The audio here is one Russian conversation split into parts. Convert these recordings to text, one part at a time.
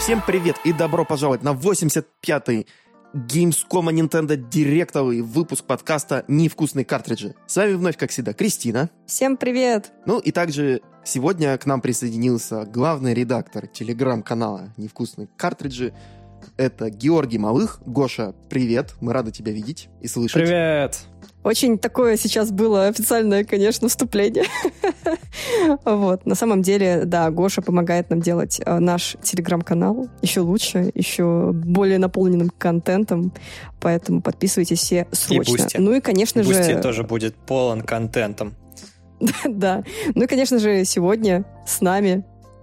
Всем привет и добро пожаловать на 85-й Gamescom Nintendo Директовый выпуск подкаста «Невкусные картриджи». С вами вновь, как всегда, Кристина. Всем привет! Ну и также сегодня к нам присоединился главный редактор телеграм-канала «Невкусные картриджи». Это Георгий Малых. Гоша, привет, мы рады тебя видеть и слышать. Привет! Очень такое сейчас было официальное, конечно, вступление. Вот. На самом деле, да, Гоша помогает нам делать наш телеграм-канал еще лучше, еще более наполненным контентом, поэтому подписывайтесь все срочно. И Бусти. Ну и, конечно же... Бусти тоже будет полон контентом. Да. Ну и, конечно же, сегодня с нами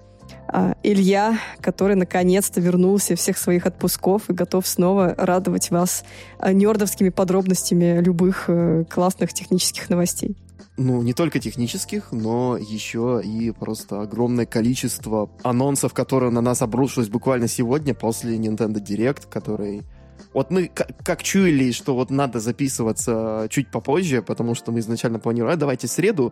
Илья, который наконец-то вернулся всех своих отпусков и готов снова радовать вас нердовскими подробностями любых классных технических новостей. Ну, не только технических, но еще и просто огромное количество анонсов, которые на нас обрушились буквально сегодня после Nintendo Direct, который... Вот мы как чуяли, что вот надо записываться чуть попозже, потому что мы изначально планировали, давайте в среду,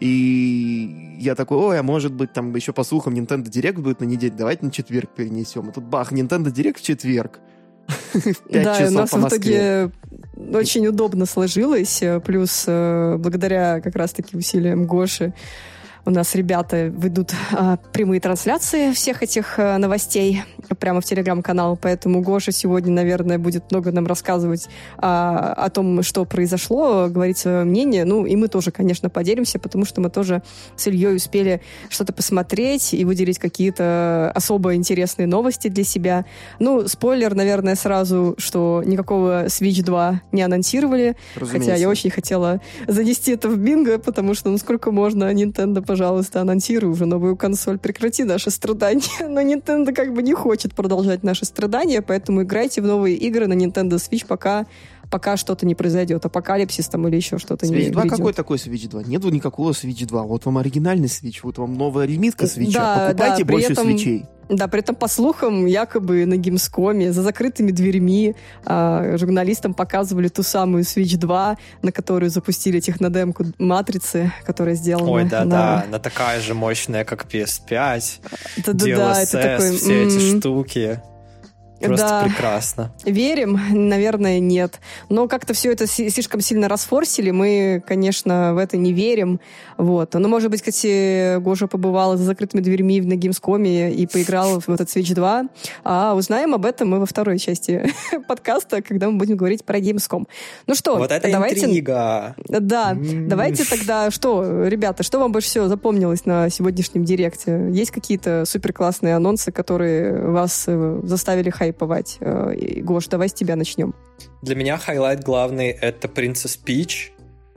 и я такой, ой, а может быть, там еще по слухам Nintendo Direct будет на неделю, давайте на четверг перенесем. И тут бах, Nintendo Direct в четверг. Да, у нас в итоге очень удобно сложилось, плюс благодаря как раз-таки усилиям Гоши у нас ребята ведут прямые трансляции всех этих новостей прямо в телеграм-канал, поэтому Гоша сегодня, наверное, будет много нам рассказывать о том, что произошло, говорить свое мнение. Ну, и мы тоже, конечно, поделимся, потому что мы тоже с Ильей успели что-то посмотреть и выделить какие-то особо интересные новости для себя. Ну, спойлер, наверное, сразу, что никакого Switch 2 не анонсировали, разумеется. Хотя я очень хотела занести это в бинго, потому что, ну, сколько можно, Nintendo, пожалуйста, анонсируй уже новую консоль, прекрати наши страдания. Но Nintendo как бы не хочет продолжать наши страдания, поэтому играйте в новые игры на Nintendo Switch, пока что-то не произойдет, апокалипсис там или еще что-то не Switch 2 грядет. какой такой Switch 2? Нету никакого Switch 2. Вот вам оригинальный Switch, вот вам новая лимитка Switch. Да, покупайте да, больше этом... свитчей. Да, при этом, по слухам, якобы на Gamescom за закрытыми дверьми журналистам показывали ту самую Switch 2, на которую запустили технодемку Матрицы, которая сделана... Ой, да, она такая же мощная, как PS5. Да, это такой... все эти штуки. Просто прекрасно. Верим? Наверное, нет. Но как-то все это слишком сильно расфорсили. Мы, конечно, в это не верим. Вот. Но, может быть, кстати, Гоша побывала за закрытыми дверьми на Gamescom и поиграла в этот Switch 2. А узнаем об этом мы во второй части подкаста, когда мы будем говорить про Gamescom. Ну что, вот это давайте... интрига! Да, давайте тогда... Что, ребята, что вам больше всего запомнилось на сегодняшнем директе? Есть какие-то суперклассные анонсы, которые вас заставили хайповать? Гош, давай с тебя начнем. Для меня хайлайт главный — это Princess Peach.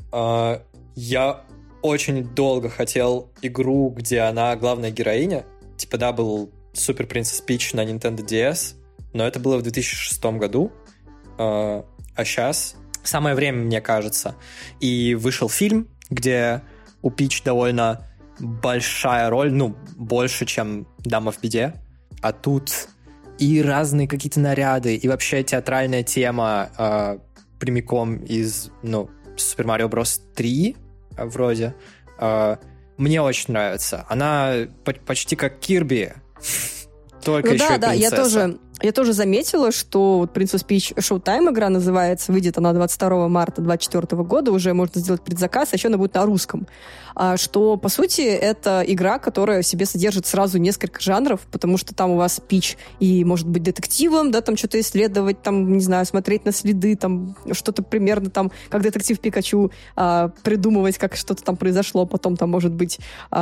Я очень долго хотел игру, где она главная героиня. Типа, да, был Super Princess Peach на Nintendo DS, но это было в 2006 году. А сейчас самое время, мне кажется. И вышел фильм, где у Пич довольно большая роль, ну, больше, чем Дама в беде. А тут и разные какие-то наряды, и вообще театральная тема прямиком из, ну, Super Mario Bros. 3 вроде. Мне очень нравится. Она почти как Кирби, только еще и принцесса. Я тоже заметила, что Princess Peach Showtime игра называется, выйдет она 22 марта 2024 года, уже можно сделать предзаказ, а еще она будет на русском. Что, по сути, это игра, которая в себе содержит сразу несколько жанров, потому что там у вас Пич и, может быть, детективом, да, там что-то исследовать, там, не знаю, смотреть на следы, там, что-то примерно там, как детектив Пикачу, придумывать, как что-то там произошло, потом там, может быть,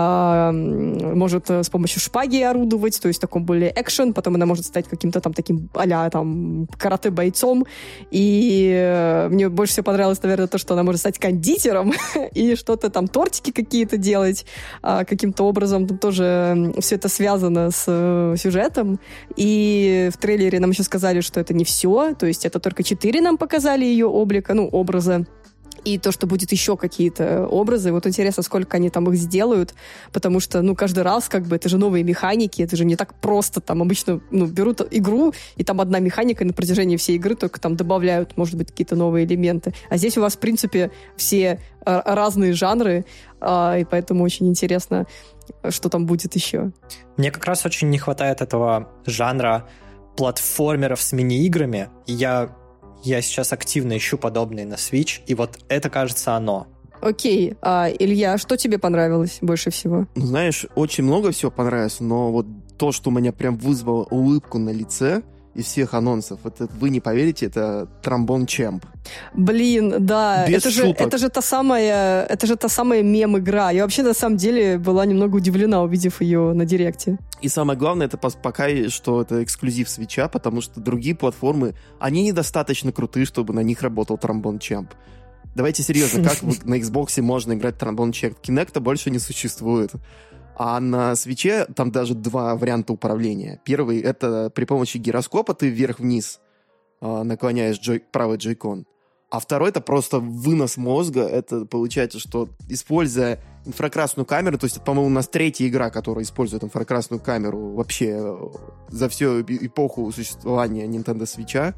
может с помощью шпаги орудовать, то есть в таком более экшен, потом она может стать каким-то там таким а-ля там карате-бойцом, и мне больше всего понравилось, наверное, то, что она может стать кондитером и что-то там, тортики какие-то делать, каким-то образом там тоже все это связано с сюжетом, и в трейлере нам еще сказали, что это не все, то есть это только 4 нам показали ее облика, ну, образа, и то, что будет еще какие-то образы. Вот интересно, сколько они там их сделают, потому что, каждый раз это же новые механики, это же не так просто. Там обычно, берут игру, и там одна механика, и на протяжении всей игры только там добавляют, может быть, какие-то новые элементы. А здесь у вас, в принципе, все разные жанры, и поэтому очень интересно, что там будет еще. Мне как раз очень не хватает этого жанра платформеров с мини-играми. Я сейчас активно ищу подобные на Switch, и вот это, кажется, оно. Окей. Илья, что тебе понравилось больше всего? Знаешь, очень много всего понравилось, но вот то, что у меня прям вызвало улыбку на лице из всех анонсов, это, вы не поверите, это Trombone Champ. Блин, да. Без шуток. Это же та самая мем-игра. Я вообще, на самом деле, была немного удивлена, увидев ее на Директе. И самое главное, это пока что это эксклюзив Switch'а, потому что другие платформы, они недостаточно крутые, чтобы на них работал Trombone Champ. Давайте серьезно, как на Xbox можно играть Trombone Champ? Kinect больше не существует. А на Switch'е там даже два варианта управления. Первый — это при помощи гироскопа ты вверх-вниз наклоняешь правый джойкон. А второй — это просто вынос мозга. Это получается, что, используя инфракрасную камеру, то есть, по-моему, у нас третья игра, которая использует инфракрасную камеру вообще за всю эпоху существования Nintendo Switch'а,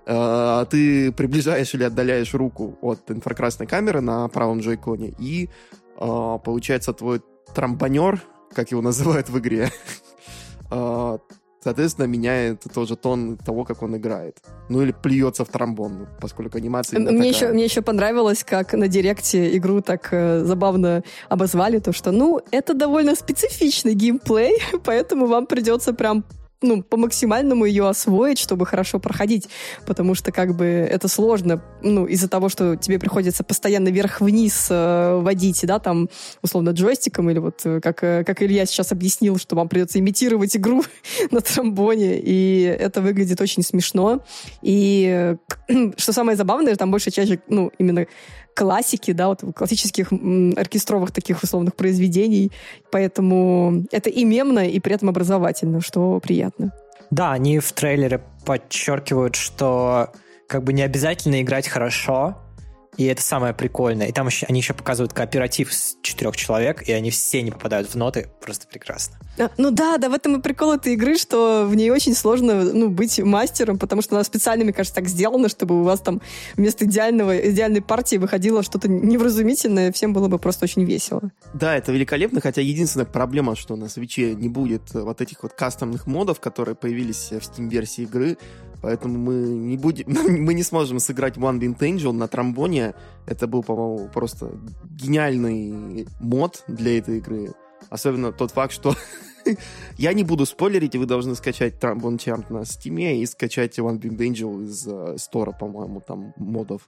ты приближаешь или отдаляешь руку от инфракрасной камеры на правом джойконе, и получается твой тромбонер, как его называют в игре, соответственно, меняет тоже тон того, как он играет. Или плюется в тромбон, поскольку анимация мне еще понравилось, как на Директе игру так забавно обозвали, то что, это довольно специфичный геймплей, поэтому вам придется прям по максимальному ее освоить, чтобы хорошо проходить, потому что это сложно, из-за того, что тебе приходится постоянно вверх-вниз водить, да, там, условно, джойстиком, или вот как Илья сейчас объяснил, что вам придется имитировать игру на тромбоне, и это выглядит очень смешно. И что самое забавное, там большая часть, именно классики, да, вот классических оркестровых таких условных произведений. Поэтому это и мемно, и при этом образовательно, что приятно. Да, они в трейлере подчеркивают, что не обязательно играть хорошо, и это самое прикольное. И там они еще показывают кооператив с 4 человек, и они все не попадают в ноты. Просто прекрасно. Да, в этом и прикол этой игры, что в ней очень сложно быть мастером, потому что она специально, мне кажется, так сделана, чтобы у вас там вместо идеальной партии выходило что-то невразумительное, всем было бы просто очень весело. Да, это великолепно, хотя единственная проблема, что на Switch'е не будет вот этих вот кастомных модов, которые появились в Steam-версии игры, поэтому мы не сможем сыграть One Winged Angel на тромбоне. Это был, по-моему, просто гениальный мод для этой игры. Особенно тот факт, что я не буду спойлерить, и вы должны скачать Trombone Champ на Steam и скачать One Winged Angel из стора, по-моему, там модов.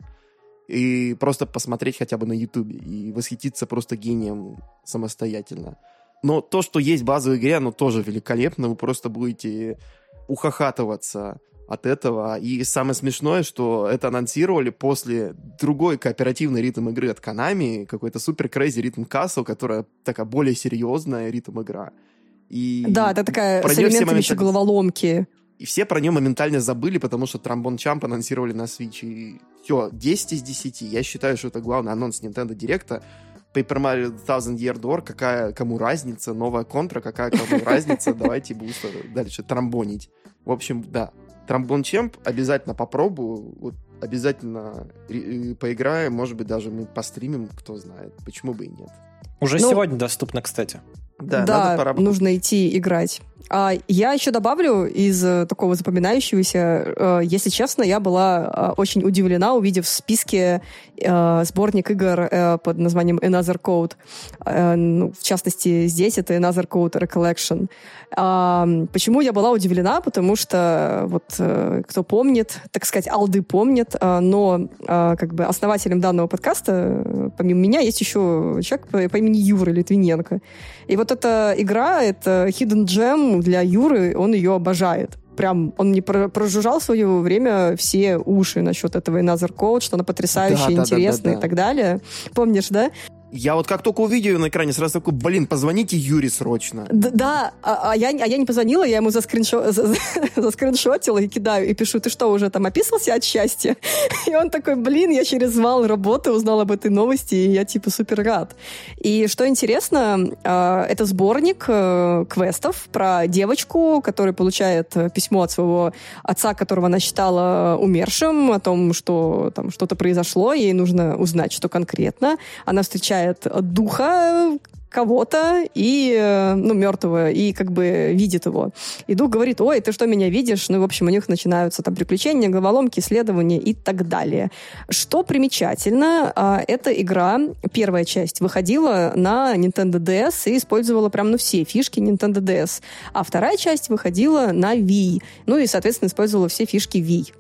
И просто посмотреть хотя бы на YouTube и восхититься просто гением самостоятельно. Но то, что есть в базовой игре, оно тоже великолепно. Вы просто будете ухахатываться от этого. И самое смешное, что это анонсировали после другой кооперативной ритм игры от Konami, какой-то Super Crazy Rhythm Castle, которая такая более серьезная ритм игра. И да, это такая с элементами еще головоломки. И все про нее моментально забыли, потому что Trombone Champ анонсировали на Switch. И все, 10 из 10. Я считаю, что это главный анонс Nintendo Direct'а. Paper Mario Thousand Year Door, какая кому разница, новая контра, какая кому разница, давайте дальше тромбонить. В общем, да. Trombone Champ обязательно попробую, вот, обязательно поиграем, может быть, даже мы постримим, кто знает, почему бы и нет. Уже сегодня доступно, кстати. Да, надо поработать. Нужно идти играть. Я еще добавлю из такого запоминающегося, если честно, я была очень удивлена, увидев в списке сборник игр под названием Another Code. В частности, здесь это Another Code Recollection. Почему я была удивлена? Потому что, вот, кто помнит, так сказать, алды помнят, но основателем данного подкаста, помимо меня, есть еще человек по имени Юра Литвиненко. И вот эта игра, это Hidden Gem для Юры, он ее обожает. Прям он не прожужжал в свое время все уши насчет этого Another Code, что она потрясающая, интересная и так далее. Помнишь, да? Я вот как только увидел ее на экране, сразу такой, блин, позвоните Юре срочно. Да, я не позвонила, я ему заскриншотила и кидаю, и пишу, ты что, уже там описался от счастья? И он такой, блин, я через вал работы узнал об этой новости, и я типа супер рад. И что интересно, это сборник квестов про девочку, которая получает письмо от своего отца, которого она считала умершим, о том, что там что-то произошло, ей нужно узнать, что конкретно. Она встречает духа кого-то, и, мертвого, и как бы видит его. И дух говорит, ой, ты что, меня видишь? Ну, в общем, у них начинаются там приключения, головоломки, исследования и так далее. Что примечательно, эта игра, первая часть, выходила на Nintendo DS и использовала прям, все фишки Nintendo DS. А вторая часть выходила на Wii. Ну и, соответственно, использовала все фишки Wii.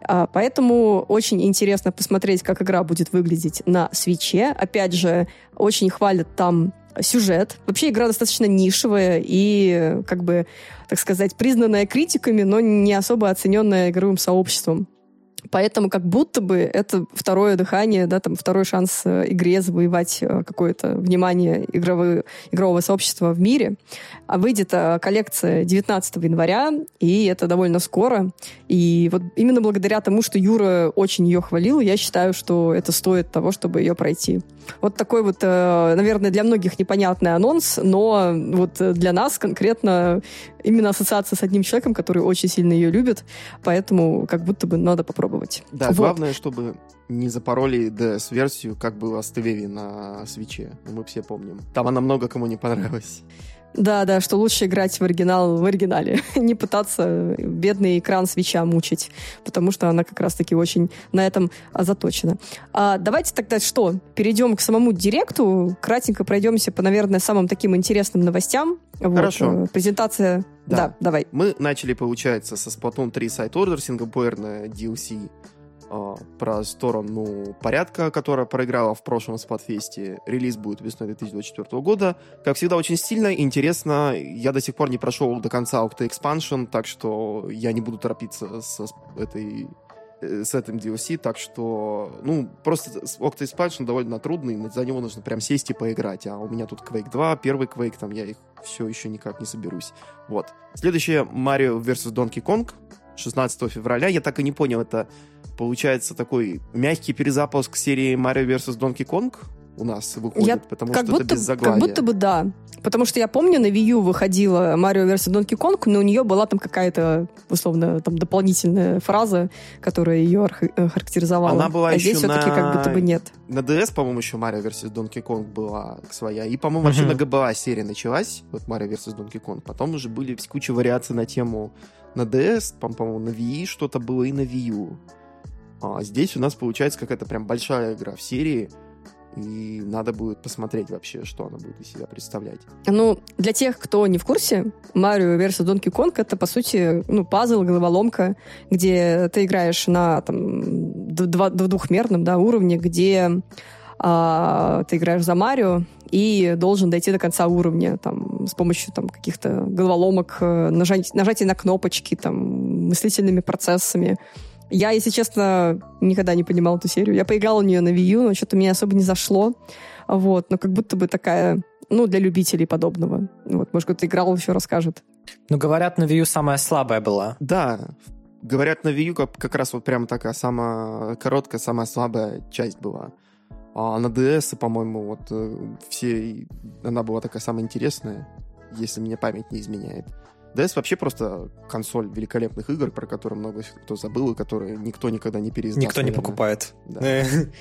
Поэтому очень интересно посмотреть, как игра будет выглядеть на Switch'е. Опять же, очень хвалят там сюжет. Вообще игра достаточно нишевая и, как бы, так сказать, признанная критиками, но не особо оцененная игровым сообществом. Поэтому как будто бы это второе дыхание, да, там, второй шанс игре завоевать какое-то внимание игрового сообщества в мире. А выйдет коллекция 19 января, и это довольно скоро. И вот именно благодаря тому, что Юра очень ее хвалил, я считаю, что это стоит того, чтобы ее пройти. Вот такой вот, наверное, для многих непонятный анонс, но вот для нас конкретно именно ассоциация с одним человеком, который очень сильно ее любит, поэтому как будто бы надо попробовать. Да, вот. Главное, чтобы не запороли DS-версию, как было с Твеви на Свитче. Мы все помним. Там она много кому не понравилась. Да, что лучше играть в оригинале. Не пытаться бедный экран Свитча мучить, потому что она как раз-таки очень на этом заточена. Давайте тогда что? Перейдем к самому директу, кратенько пройдемся по, наверное, самым таким интересным новостям. Хорошо. Вот, презентация... Да, давай. Мы начали, получается, со Splatoon 3 Side Order, синглплеерная DLC, про сторону порядка, которая проиграла в прошлом Splatfest. Релиз будет весной 2024 года. Как всегда, очень стильно, интересно. Я до сих пор не прошел до конца Octa Expansion, так что я не буду торопиться с этим DLC, так что, просто Octa Expansion довольно трудный, за него нужно прям сесть и поиграть, а у меня тут Quake 2, первый Quake, там я их все еще никак не соберусь. Вот. Следующее Mario vs. Donkey Kong, 16 февраля. Я так и не понял, это получается такой мягкий перезапуск серии Mario vs. Donkey Kong у нас выходит, потому что это без заглавия. Как будто бы да. Потому что я помню, на Wii U выходила Mario vs. Donkey Kong, но у нее была там какая-то, условно, там дополнительная фраза, которая ее характеризовала. Она была еще здесь все-таки как будто бы нет. На DS, по-моему, еще Mario vs. Donkey Kong была своя. И, по-моему, вообще на GBA серия началась, вот Mario vs. Donkey Kong. Потом уже были куча вариаций на тему на DS, по-моему, на Wii что-то было и на Wii U. А здесь у нас получается какая-то прям большая игра в серии, и надо будет посмотреть вообще, что она будет из себя представлять. Для тех, кто не в курсе, Mario vs. Donkey Kong — это, по сути, пазл, головоломка, где ты играешь на двухмерном уровне, где ты играешь за Марио и должен дойти до конца уровня с помощью каких-то головоломок, нажатия на кнопочки, мыслительными процессами. Я, если честно, никогда не понимала эту серию. Я поиграла в нее на Wii U, но что-то мне особо не зашло. Вот, но как будто бы такая, для любителей подобного. Вот, может, кто-то играл, еще расскажет. Говорят, на Wii U самая слабая была. Да, говорят, на Wii U как раз вот прям такая самая короткая, самая слабая часть была. А на DS, по-моему, она была такая самая интересная, если мне память не изменяет. DS вообще просто консоль великолепных игр, про которые много кто забыл, и которые никто никогда не переиздаст. Никто не покупает. Да.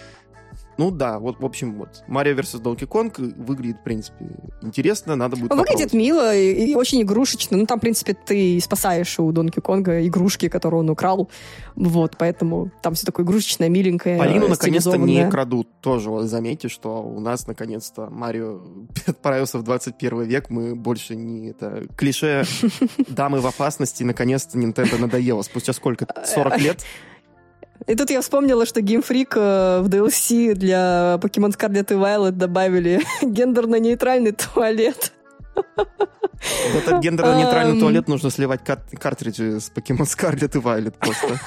В общем, Mario vs. Donkey Kong выглядит, в принципе, интересно, надо будет Выглядит мило и очень игрушечно. Там, в принципе, ты спасаешь у Донки Конга игрушки, которые он украл. Вот, поэтому там все такое игрушечное, миленькое, Полину наконец-то не крадут. Тоже заметьте, что у нас, наконец-то, Марио отправился в 21 век. Мы больше не... Это клише дамы в опасности. Наконец-то Nintendo надоело. Спустя сколько? 40 лет? И тут я вспомнила, что Game Freak в DLC для Pokemon Scarlet и Violet добавили гендерно-нейтральный туалет. В этот гендерно-нейтральный туалет нужно сливать картриджи с Pokemon Scarlet и Violet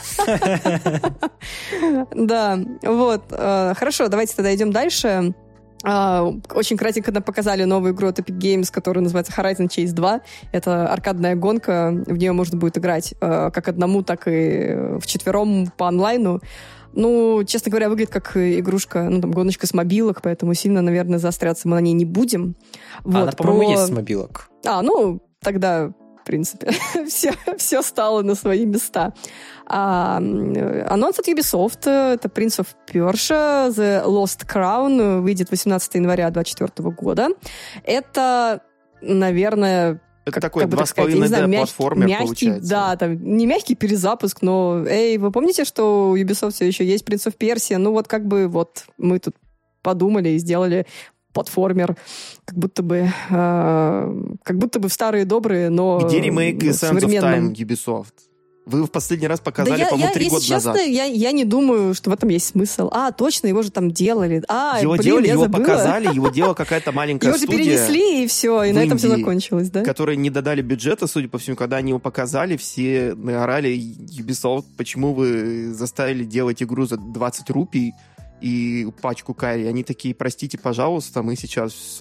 просто. Да, вот. Хорошо, давайте тогда идем дальше. Очень кратенько нам показали новую игру от Epic Games, которая называется Horizon Chase 2. Это аркадная гонка, в нее можно будет играть как одному, так и вчетвером по онлайну. Ну, честно говоря, выглядит как игрушка, ну, там, гоночка с мобилок, поэтому сильно, наверное, заостряться мы на ней не будем. Вот, она, по-моему, есть с мобилок. Ну, тогда, в принципе, все стало на свои места. Анонс от Ubisoft, это Prince of Persia, The Lost Crown, выйдет 18 января 2024 года. Это, наверное... Это такой 2,5D-платформер мягкий, получается. Да, там не мягкий перезапуск, но, вы помните, что у Ubisoft все еще есть Prince of Persia? Ну вот как бы вот мы тут подумали и сделали платформер, как будто бы в старые добрые, но где ремейк Sands of Time Ubisoft? Вы в последний раз показали, по-моему, 3 года назад. Я не думаю, что в этом есть смысл. Точно, его же там делали. Его показали, его делала какая-то маленькая студия. Его же перенесли, и все, и на этом все закончилось, да? Которые не додали бюджета, судя по всему, когда они его показали, все наорали: Ubisoft, почему вы заставили делать игру за 20 рупий и пачку карри? Они такие: простите, пожалуйста, мы сейчас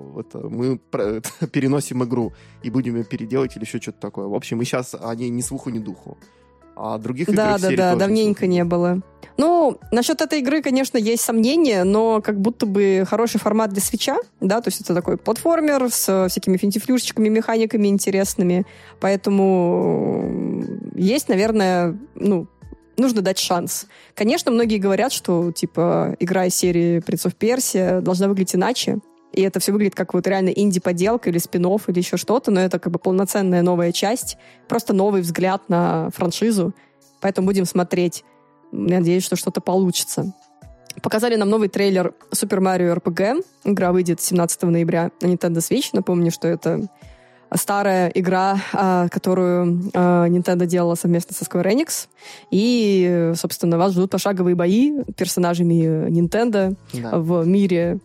переносим игру и будем ее переделать или еще что-то такое. В общем, и сейчас они ни слуху, ни духу. А других игр в серии тоже давненько не было. Ну, насчет этой игры, конечно, есть сомнения, но как будто бы хороший формат для свитча, да, то есть это такой платформер с всякими финтифлюшечками, механиками интересными, поэтому есть, наверное, нужно дать шанс. Конечно, многие говорят, что, типа, игра из серии Prince of Persia должна выглядеть иначе, и это все выглядит как вот реально инди-поделка или спин-офф или еще что-то, но это как бы полноценная новая часть, просто новый взгляд на франшизу, поэтому будем смотреть. Надеюсь, что что-то получится. Показали нам новый трейлер Super Mario RPG. Игра выйдет 17 ноября на Nintendo Switch. Напомню, что это старая игра, которую Nintendo делала совместно со Square Enix. И, собственно, вас ждут пошаговые бои персонажами Nintendo в мире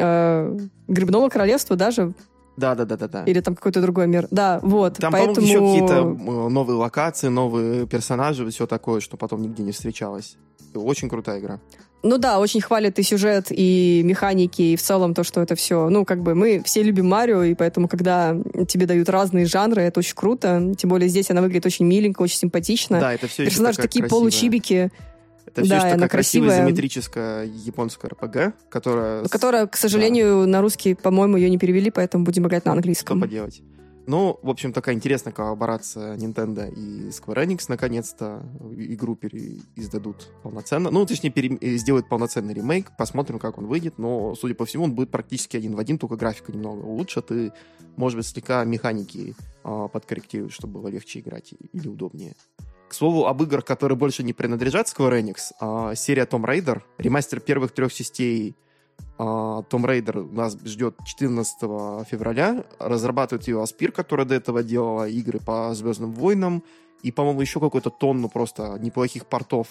Грибного Королевства даже. Да. Или там какой-то другой мир. Да, вот. Там, по-моему, еще какие-то новые локации, новые персонажи, все такое, что потом нигде не встречалось. Очень крутая игра. Ну да, очень хвалят и сюжет, и механики, и в целом то, что это все... Ну, как бы мы все любим Марио, и поэтому, когда тебе дают разные жанры, это очень круто. Тем более здесь она выглядит очень миленько, очень симпатично. Да, это все персонажи такие красивая. Получибики. Это все еще такая красивая изометрическая японская РПГ, которая, к сожалению, на русский, по-моему, ее не перевели, поэтому будем играть на английском. Что поделать? Ну, в общем, такая интересная коллаборация Nintendo и Square Enix. Наконец-то игру переиздадут полноценно. Ну, точнее, сделают полноценный ремейк. Посмотрим, как он выйдет. Но, судя по всему, он будет практически один в один, только графика немного улучшат. И, может быть, слегка механики подкорректируют, чтобы было легче играть или удобнее. К слову, об играх, которые больше не принадлежат Square Enix, серия Tomb Raider, ремастер первых 3 частей Tomb Raider нас ждет 14 февраля. Разрабатывает ее Aspyr, которая до этого делала игры по Звездным войнам. И, по-моему, еще какую-то тонну просто неплохих портов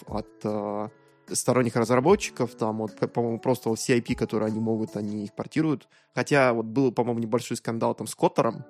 от сторонних разработчиков. Там, вот, по-моему, просто все IP, которые они могут, они их портируют. Хотя вот был, по-моему, небольшой скандал там с Коттором,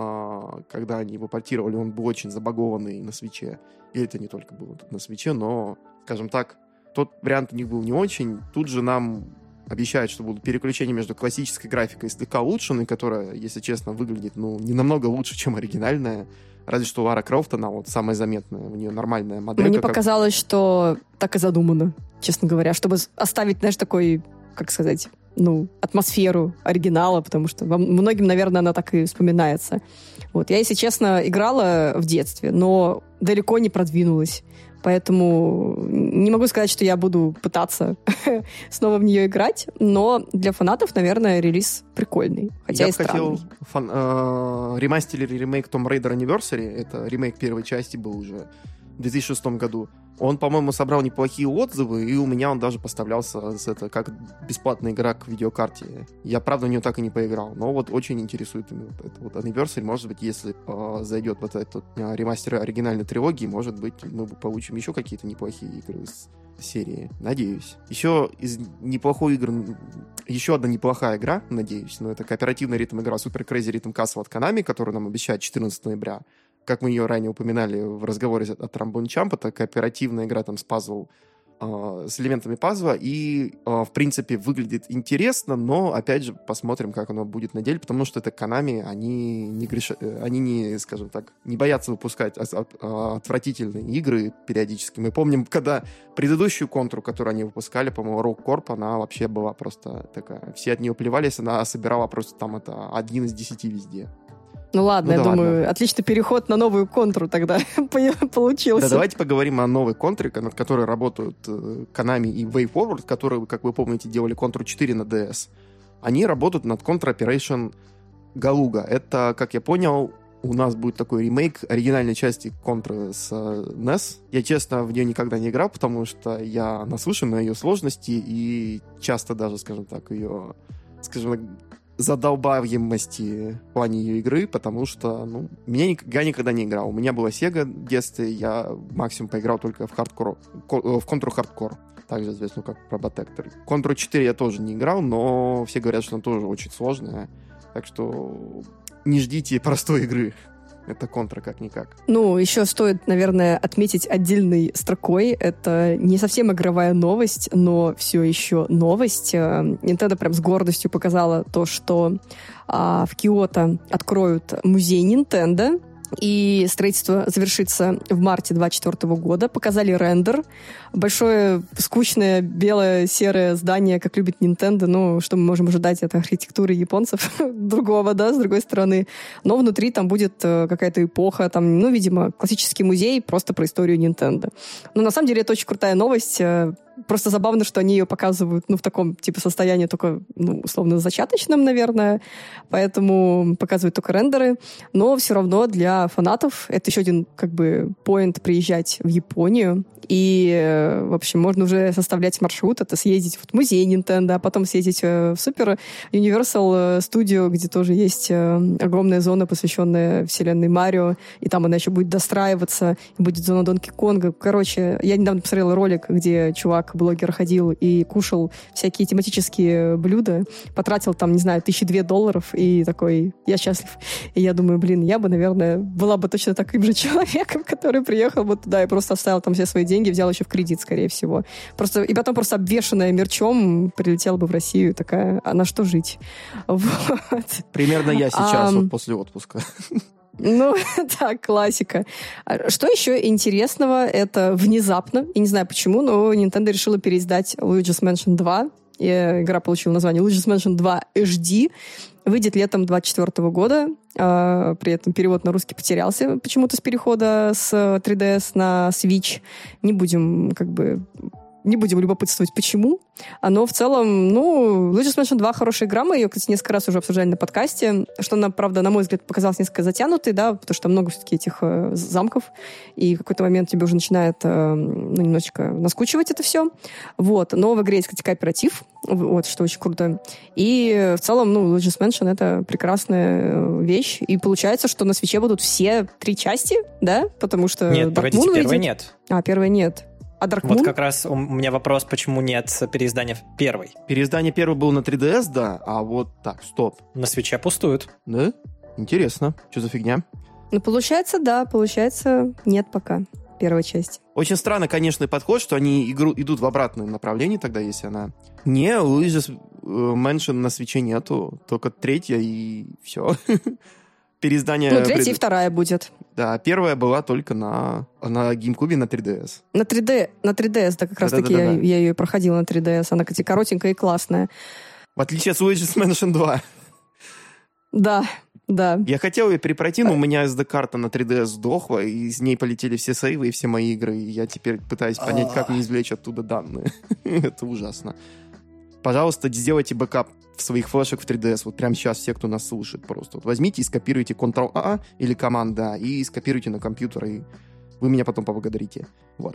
когда они его портировали. Он был очень забагованный на свитче. И это не только было тут на свитче, но, скажем так, тот вариант у них был не очень. Тут же нам обещают, что будут переключения между классической графикой и слегка улучшенной, которая, если честно, выглядит, не намного лучше, чем оригинальная. Разве что Лара Крофт, она вот самая заметная, у нее нормальная модель. Мне показалось, что так и задумано, честно говоря, чтобы оставить, знаешь, такой, как сказать, атмосферу оригинала, потому что многим, наверное, она так и вспоминается. Вот. Я, если честно, играла в детстве, но далеко не продвинулась. Поэтому не могу сказать, что я буду пытаться снова в нее играть, но для фанатов, наверное, релиз прикольный, хотя и странный. Я бы хотел ремастер или ремейк Tomb Raider Anniversary, это ремейк первой части был уже в 2006 году. Он, по-моему, собрал неплохие отзывы, и у меня он даже поставлялся как бесплатная игра к видеокарте. Я, правда, в нее так и не поиграл, но вот очень интересует именно вот Anniversary. Может быть, если зайдет вот этот ремастер оригинальной трилогии, может быть, мы получим еще какие-то неплохие игры из серии. Надеюсь. Еще из неплохой игры, еще одна неплохая игра, надеюсь, но это кооперативная ритм-игра Super Crazy Rhythm Castle от Konami, которую нам обещают 14 ноября. Как мы ее ранее упоминали в разговоре о Trombone Champ, это кооперативная игра там с с элементами пазла, и, в принципе, выглядит интересно, но, опять же, посмотрим, как оно будет на деле, потому что это Konami, они не, скажем так, не боятся выпускать отвратительные игры периодически. Мы помним, когда предыдущую контру, которую они выпускали, по-моему, Rogue Corp, она вообще была просто такая, все от нее плевались, она собирала просто там это 1 из 10 везде. Ну ладно, я думаю, отличный переход на новую контру тогда получился. Да, давайте поговорим о новой контре, над которой работают Konami и WayForward, которые, как вы помните, делали контру 4 на DS. Они работают над Contra Operation Galuga. Это, как я понял, у нас будет такой ремейк оригинальной части контры с NES. Я, честно, в нее никогда не играл, потому что я наслышан о ее сложности и часто даже, скажем так, ее, скажем так, задолбаемости в плане ее игры, потому что, я никогда не играл. У меня была Sega в детстве, я максимум поиграл только в Contra Hardcore, также известную как Probotector. Contra 4 я тоже не играл, но все говорят, что она тоже очень сложная, так что не ждите простой игры. Это контра как-никак. Еще стоит, наверное, отметить отдельной строкой. Это не совсем игровая новость, но все еще новость. Nintendo прям с гордостью показала то, что в Киото откроют музей Nintendo, и строительство завершится в марте 2024 года. Показали рендер. Большое, скучное, белое, серое здание, как любит Nintendo. Что мы можем ожидать от архитектуры японцев другого, да, с другой стороны. Но внутри там будет какая-то эпоха, там, видимо, классический музей просто про историю Nintendo. Но на самом деле это очень крутая новость. Просто забавно, что они ее показывают, в таком, состоянии только, условно, зачаточном, наверное. Поэтому показывают только рендеры. Но все равно для фанатов это еще один, поинт приезжать в Японию. И, в общем, можно уже составлять маршрут. Это съездить в музей Nintendo, а потом съездить в Super Universal Studio, где тоже есть огромная зона, посвященная вселенной Марио. И там она еще будет достраиваться. И будет зона Донки Конга. Короче, я недавно посмотрела ролик, где блогер ходил и кушал всякие тематические блюда, потратил там, не знаю, $1002 и такой, я счастлив. И я думаю, я бы, наверное, была бы точно таким же человеком, который приехал бы туда и просто оставил там все свои деньги, взял еще в кредит, скорее всего. И потом просто обвешанная мерчом прилетела бы в Россию, такая, а на что жить? Вот. Примерно я сейчас, после отпуска. Да, классика. Что еще интересного, это внезапно, я не знаю почему, но Nintendo решила переиздать Luigi's Mansion 2. И игра получила название Luigi's Mansion 2 HD. Выйдет летом 2024 года. При этом перевод на русский потерялся почему-то с перехода с 3DS на Switch. Не будем любопытствовать, почему. Но в целом, Luigi's Mansion 2 хорошая игра. Мы ее, кстати, несколько раз уже обсуждали на подкасте, что она, правда, на мой взгляд, показалась несколько затянутой, да, потому что много все-таки этих замков, и в какой-то момент тебе уже начинает немножечко наскучивать это все. Вот. Но в игре есть, кстати, кооператив, что очень круто. И в целом, Luigi's Mansion — это прекрасная вещь. И получается, что на Switch'е будут все 3 части, да? Потому что Нет, погодите, первой нет. Первой нет. А Dark Moon? Вот как раз у меня вопрос, почему нет переиздания первой. Переиздание первой было на 3DS, да, а вот так, стоп. На Switch'е пустует. Да? Интересно. Что за фигня? Получается, да, нет пока первой части. Очень странно, конечно, подход, что они идут в обратном направлении тогда, если она... Не, Luigi's Mansion на Switch'е нету, только 3-я и все. Переиздание... 3-я и 2-я будет. Да, первая была только на GameCube и на 3DS. На 3DS, да, как раз таки я ее проходила на 3DS. Она, кстати, коротенькая и классная. В отличие от Luigi's Mansion 2. Да. Я хотел ее перепройти, но у меня SD-карта на 3DS сдохла, и из ней полетели все сейвы и все мои игры, и я теперь пытаюсь понять, как мне извлечь оттуда данные. Это ужасно. Пожалуйста, сделайте бэкап своих флешек в 3DS. Вот прямо сейчас все, кто нас слушает, просто. Возьмите и скопируйте Ctrl-A или Команда, и скопируйте на компьютер, и вы меня потом поблагодарите. Вот.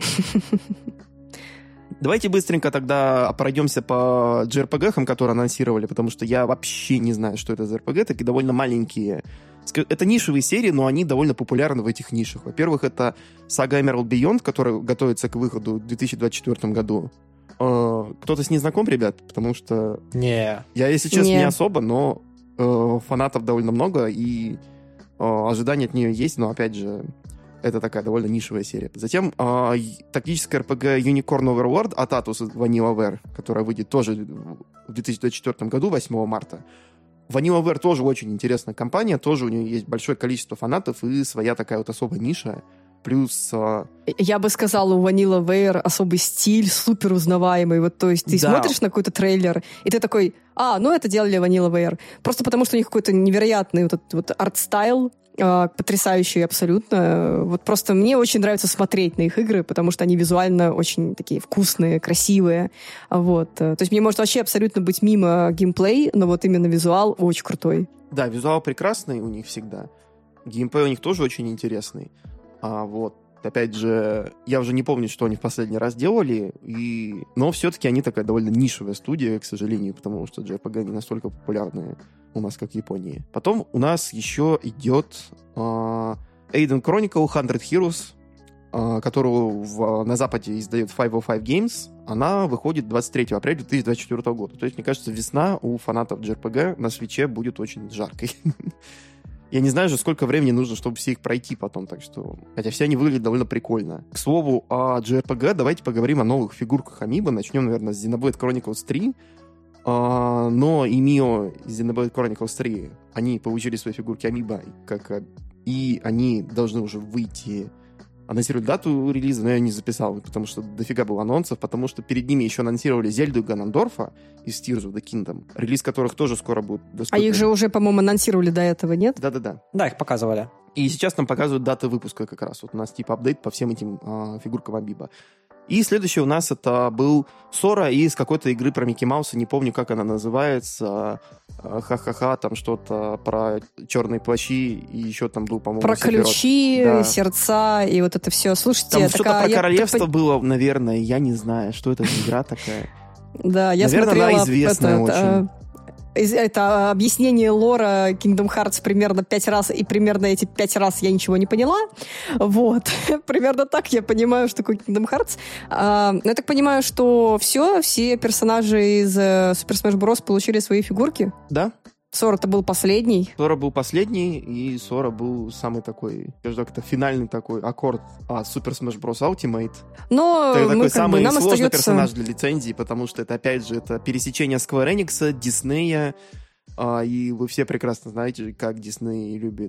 Давайте быстренько тогда пройдемся по JRPG-хам, которые анонсировали, потому что я вообще не знаю, что это за RPG. Такие довольно маленькие. Это нишевые серии, но они довольно популярны в этих нишах. Во-первых, это Saga Emerald Beyond, которая готовится к выходу в 2024 году. Кто-то с ней знаком, ребят? Потому что... Не. Я, если честно, не особо, но фанатов довольно много, и ожидания от нее есть, но, опять же, Это такая довольно нишевая серия. Затем тактическая RPG Unicorn Overlord от Atlus VanillaWare, которая выйдет тоже в 2024 году, 8 марта. VanillaWare тоже очень интересная компания, тоже у нее есть большое количество фанатов и своя такая вот особая ниша. Плюс... Я бы сказала, у Vanillaware особый стиль, супер узнаваемый. Вот, то есть ты смотришь на какой-то трейлер, и ты такой, это делали Vanillaware. Просто потому, что у них какой-то невероятный вот этот вот арт-стайл, потрясающий абсолютно. Вот просто мне очень нравится смотреть на их игры, потому что они визуально очень такие вкусные, красивые. Вот. То есть мне может вообще абсолютно быть мимо геймплей, но вот именно визуал очень крутой. Да, визуал прекрасный у них всегда. Геймплей у них тоже очень интересный. Опять же, я уже не помню, что они в последний раз делали, но все-таки они такая довольно нишевая студия, к сожалению, потому что JRPG не настолько популярные у нас, как в Японии. Потом у нас еще идет Aiden Chronicle 100 Heroes, которую на Западе издает 505 Games. Она выходит 23 апреля 2024 года. То есть, мне кажется, весна у фанатов JRPG на Свитче будет очень жаркой. Я не знаю же, сколько времени нужно, чтобы все их пройти потом, так что... Хотя все они выглядят довольно прикольно. К слову, о JRPG давайте поговорим о новых фигурках Amiibo. Начнем, наверное, с Xenoblade Chronicles 3. Но и Mio из Xenoblade Chronicles 3, они получили свои фигурки Amiibo, и они должны уже выйти... Анонсировали дату релиза, но я не записал, потому что дофига было анонсов, потому что перед ними еще анонсировали Зельду и Ганандорфа из Tears of the Kingdom, релиз которых тоже скоро будет доступен. А их же уже, по-моему, анонсировали до этого, нет? Да-да-да. Да, их показывали. И сейчас нам показывают даты выпуска как раз. Вот у нас типа апдейт по всем этим фигуркам Amiibo. И следующий у нас это был Сора из какой-то игры про Микки Мауса, не помню, как она называется. Ха-ха-ха, там что-то про черные плащи, и еще там был, по-моему, про Сефирот. ключи, да. Сердца и вот это все. Слушайте, там что-то про королевство было, наверное, я не знаю, что это за игра такая. Да, я наверное, смотрела... она известная очень. Это объяснение лора Kingdom Hearts примерно 5 раз, и примерно эти 5 раз я ничего не поняла. Вот. Примерно так я понимаю, что такое Kingdom Hearts. Но я так понимаю, что все персонажи из Super Smash Bros. Получили свои фигурки? Да. Сора-то был последний. Сора был последний, и Сора был самый такой, скажем так, это финальный такой аккорд Super Smash Bros. Ultimate. Но это такой самый нам сложный остается... персонаж для лицензии, потому что это, опять же, это пересечение Square Enix, Диснея, и вы все прекрасно знаете, как Дисней любит,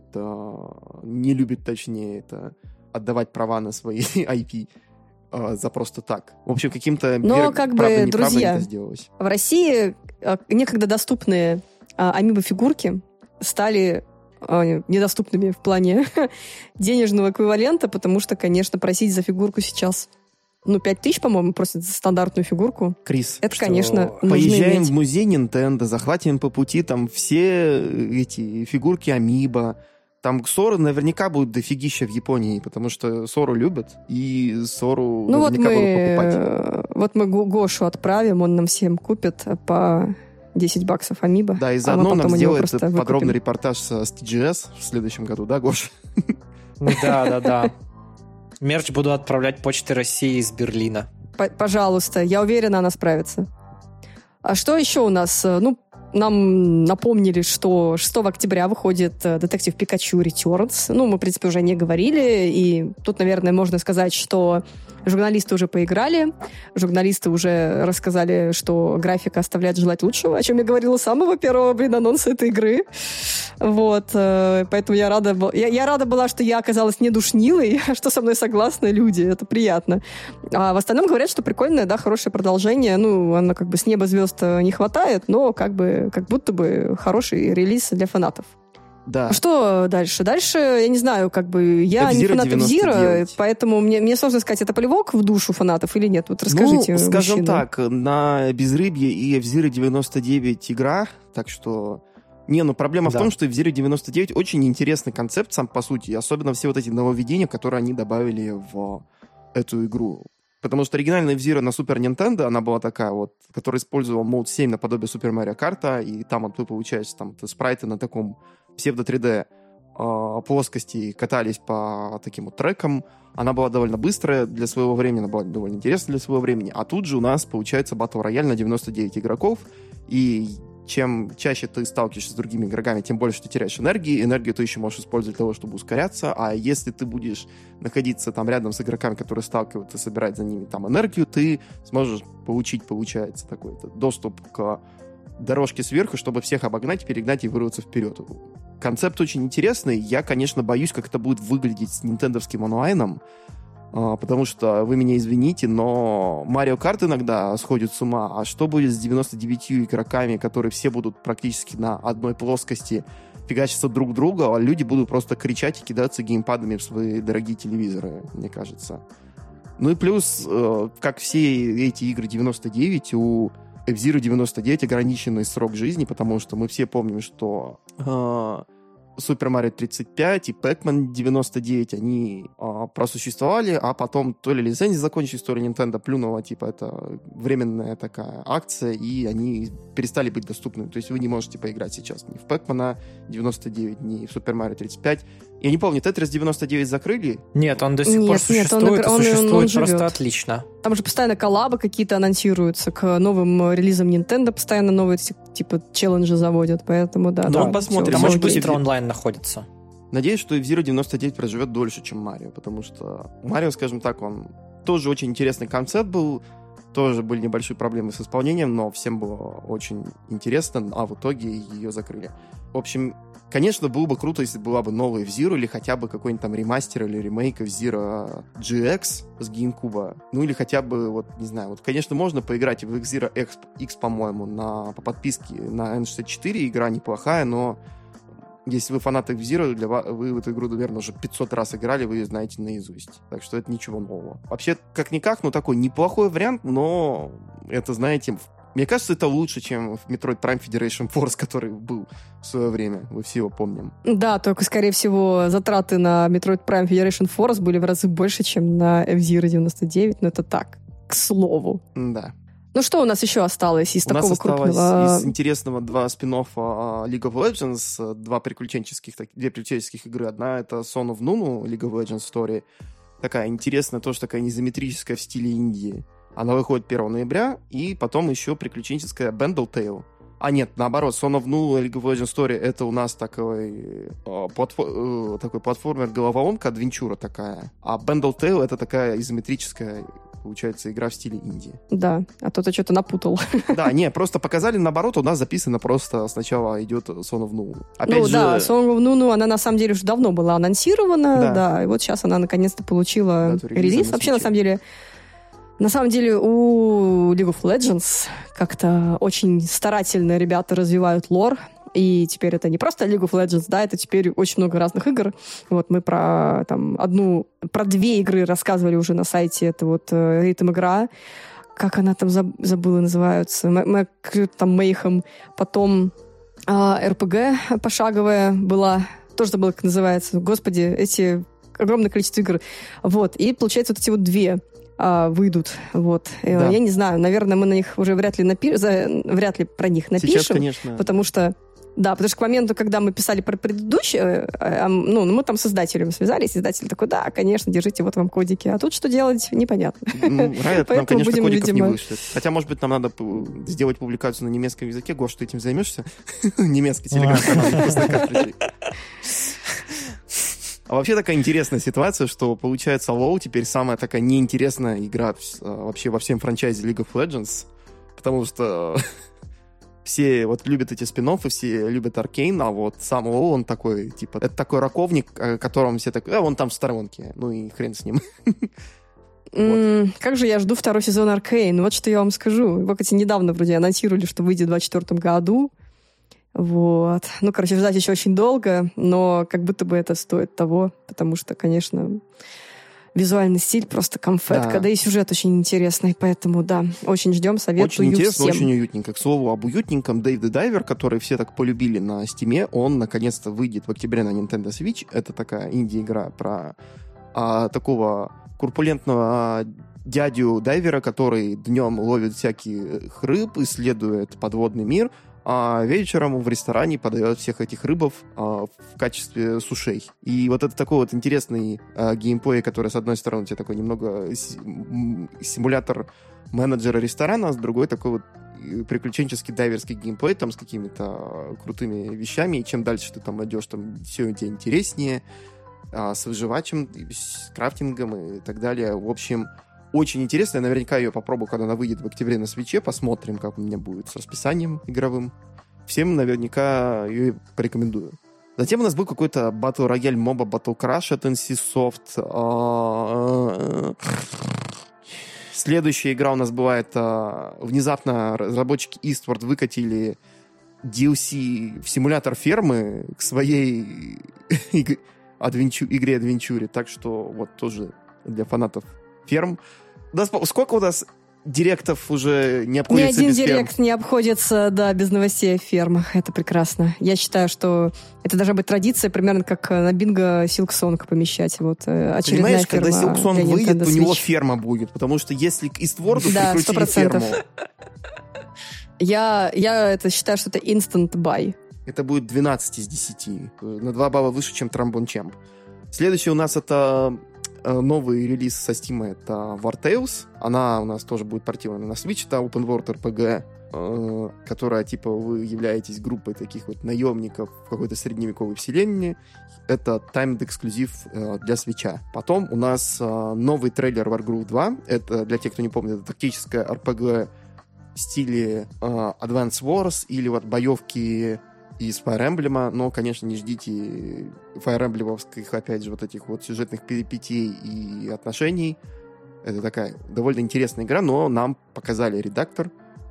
не любит, точнее, это отдавать права на свои IP за просто так. В общем, каким-то правда-неправда друзья, это сделалось. В России некогда доступные Amiibo-фигурки стали недоступными в плане денежного эквивалента, потому что, конечно, просить за фигурку сейчас 5000, по-моему, просят за стандартную фигурку. Крис, это, конечно, нужно поезжаем иметь. в музей Nintendo, захватим по пути там все эти фигурки Amiibo. Там Сору наверняка будет дофигища в Японии, потому что Сору любят, и Сору наверняка будут покупать. Вот мы Гошу отправим, он нам всем купит по... $10 Amiibo. Да, и заодно нам сделает подробный репортаж с TGS в следующем году, да, Гош? Да. Мерч буду отправлять Почтой России из Берлина. Пожалуйста, я уверена, она справится. А что еще у нас? Нам напомнили, что 6 октября выходит «Детектив Пикачу Returns». Мы, в принципе, уже не говорили, и тут, наверное, можно сказать, что журналисты уже поиграли, журналисты уже рассказали, что графика оставляет желать лучшего, о чем я говорила с самого первого, анонса этой игры. Вот, поэтому я рада была, что я оказалась не душнилой, что со мной согласны люди, это приятно. А в остальном говорят, что прикольное, да, хорошее продолжение, оно как бы с неба звезд не хватает, но как будто бы хороший релиз для фанатов. Да. Что дальше? Дальше, я не знаю, я не фанат F-Zero, поэтому мне сложно сказать, это плевок в душу фанатов или нет? Вот расскажите, скажем мужчины. так, на Безрыбье и F-Zero 99 игра, так что... проблема в том, что F-Zero 99 очень интересный концепт сам по сути, особенно все вот эти нововведения, которые они добавили в эту игру. Потому что оригинальная F-Zero на Super Nintendo, она была такая вот, которая использовала мод 7 наподобие Super Mario Kart, и там вот вы, получаете, спрайты на таком псевдо-3D плоскости катались по таким вот трекам. Она была довольно быстрая для своего времени, она была довольно интересная для своего времени. А тут же у нас получается Battle Royale на 99 игроков, и чем чаще ты сталкиваешься с другими игроками, тем больше ты теряешь энергии. Энергию ты еще можешь использовать для того, чтобы ускоряться. А если ты будешь находиться там рядом с игроками, которые сталкиваются, и собирать за ними там энергию, ты сможешь получается, такой доступ к дорожке сверху, чтобы всех обогнать, перегнать и вырваться вперед. Концепт очень интересный. Я, конечно, боюсь, как это будет выглядеть с нинтендовским онлайном, потому что, вы меня извините, но Mario Kart иногда сходит с ума. А что будет с 99 игроками, которые все будут практически на одной плоскости фигачиться друг друга, а люди будут просто кричать и кидаться геймпадами в свои дорогие телевизоры, мне кажется. Ну и плюс, как все эти игры 99, у F-Zero 99 ограниченный срок жизни, потому что мы все помним, что Super Mario 35 и Pac-Man 99, они просуществовали, а потом то ли лицензии закончились, то ли Nintendo плюнула, типа, это временная такая акция, и они перестали быть доступными. То есть вы не можете поиграть сейчас ни в Pac-Man 99, ни в Super Mario 35. Я не помню, Tetris 99 закрыли? Нет, он до сих пор существует, он существует живет. просто отлично. Там же постоянно коллабы какие-то анонсируются к новым релизам Nintendo, постоянно новые, типа, челленджи заводят, поэтому да. Ну, посмотрим, Там может очень быстро онлайн находится. Надеюсь, что F-Zero 99 проживет дольше, чем Марио, потому что Марио, скажем так, он тоже очень интересный концепт был, тоже были небольшие проблемы с исполнением, но всем было очень интересно, а в итоге ее закрыли. В общем, конечно, было бы круто, если была бы новая F-Zero или хотя бы какой-нибудь там ремастер или ремейк F-Zero GX с GameCube. Ну или хотя бы, вот, не знаю, вот, конечно, можно поиграть в F-Zero X, по-моему, по подписке на N64, игра неплохая, но если вы фанаты F-Zero, вы в эту игру, наверное, уже 500 раз играли, вы ее знаете наизусть. Так что это ничего нового. Вообще, как-никак, ну такой неплохой вариант, но это, знаете, мне кажется, это лучше, чем в Metroid Prime Federation Force, который был в свое время. Мы все его помним. Да, только, скорее всего, затраты на Metroid Prime Federation Force были в разы больше, чем на F-Zero 99, но это так, к слову. Да. Ну что у нас еще осталось из такого крупного? У нас осталось из интересного два спин-оффа League of Legends, две приключенческих игры. Одна — это Son of Nunu, League of Legends Story. Такая интересная, тоже такая незометрическая в стиле Индии. Она выходит 1 ноября, и потом еще приключенческая Bendel Tale. А нет, наоборот, Son of Nunu, League of Legends Story — это у нас такой платформер-головоломка, адвенчура такая. А Bendel Tale — это такая изометрическая, получается, игра в стиле Индии. Да, а то ты что-то напутал. Да, не, просто показали, наоборот, у нас записано просто сначала идет Son of Nunu. Опять же... да, Son of Nunu, она на самом деле уже давно была анонсирована, да, и вот сейчас она наконец-то получила релиз. Вообще, на самом деле, у League of Legends как-то очень старательно ребята развивают лор, и теперь это не просто League of Legends, да, это теперь очень много разных игр. Вот мы про две игры рассказывали уже на сайте, это вот ритм-игра, как она там, забыла, называется, там Mayhem, потом RPG пошаговая была, тоже забыла, как называется, господи, эти огромное количество игр. Вот, и получается вот эти вот две выйдут. Вот. Да. Я не знаю, наверное, мы на них уже вряд ли про них напишем. Сейчас, конечно. Потому что к моменту, когда мы писали про предыдущие, мы там с издателем связались, издатель такой, да, конечно, держите, вот вам кодики. А тут что делать, непонятно. Riot нам, конечно, кодиков не вышлет. Хотя, может быть, нам надо сделать публикацию на немецком языке. Гош, ты этим займешься? Немецкий телеграм-канал. А вообще такая интересная ситуация, что получается WoW теперь самая такая неинтересная игра вообще во всем франчайзе League of Legends, потому что все вот любят эти спин-оффы, все любят Аркейн, а вот сам WoW, он такой, типа, это такой раковник, которым все так, он там в сторонке, ну и хрен с ним. Как же я жду второй сезон Аркейн, вот что я вам скажу. Вы, кстати, недавно вроде анонсировали, что выйдет в 2024 году. Вот. Ждать еще очень долго, но как будто бы это стоит того, потому что, конечно, визуальный стиль просто комфетка, да и сюжет очень интересный, поэтому, да, очень ждем, советую очень интересно, всем. Очень уютненько. К слову, об уютненьком, Dave the Diver, который все так полюбили на Steam, он наконец-то выйдет в октябре на Nintendo Switch. Это такая инди-игра про такого корпулентного дядю-дайвера, который днем ловит всяких рыб, исследует подводный мир, а вечером в ресторане подает всех этих рыбов в качестве сушей. И вот это такой вот интересный геймплей, который, с одной стороны, у тебя такой немного симулятор менеджера ресторана, а с другой такой вот приключенческий дайверский геймплей там с какими-то крутыми вещами, и чем дальше ты там идешь, там все тебе интереснее, с выживачем, с крафтингом и так далее. В общем, очень интересно. Я наверняка ее попробую, когда она выйдет в октябре на Свитче. Посмотрим, как у меня будет с расписанием игровым. Всем наверняка ее порекомендую. Затем у нас был какой-то Battle Royale MOBA Battle Crash от NCSoft. Следующая игра у нас была, это внезапно разработчики Eastward выкатили DLC в симулятор фермы к своей игре-адвенчуре. Так что вот тоже для фанатов ферм. Сколько у нас директов уже не обходится без ферм? Ни один директ не обходится, да, без новостей о фермах. Это прекрасно. Я считаю, что это должна быть традиция, примерно как на бинго Silksong помещать. Вот очередная Понимаешь, ферма. когда Silksong выйдет, у него ферма будет. Потому что если к Eastward'у прикрутили ферму... Я это считаю, что это instant buy. Это будет 12 из 10. На 2 балла выше, чем Trombone Champ. Следующий у нас это... Новый релиз со Steam — это War Tales. Она у нас тоже будет портирована на Switch. Это Open World RPG, которая, типа, вы являетесь группой таких вот наемников в какой-то средневековой вселенной. Это timed эксклюзив для Switch'а. Потом у нас новый трейлер Wargroove 2. Это, для тех, кто не помнит, это тактическая RPG в стиле Advance Wars или вот боевки из Fire Emblem, но, конечно, не ждите Fire Emblem'овских, опять же, вот этих вот сюжетных перипетий и отношений. Это такая довольно интересная игра, но нам показали редактор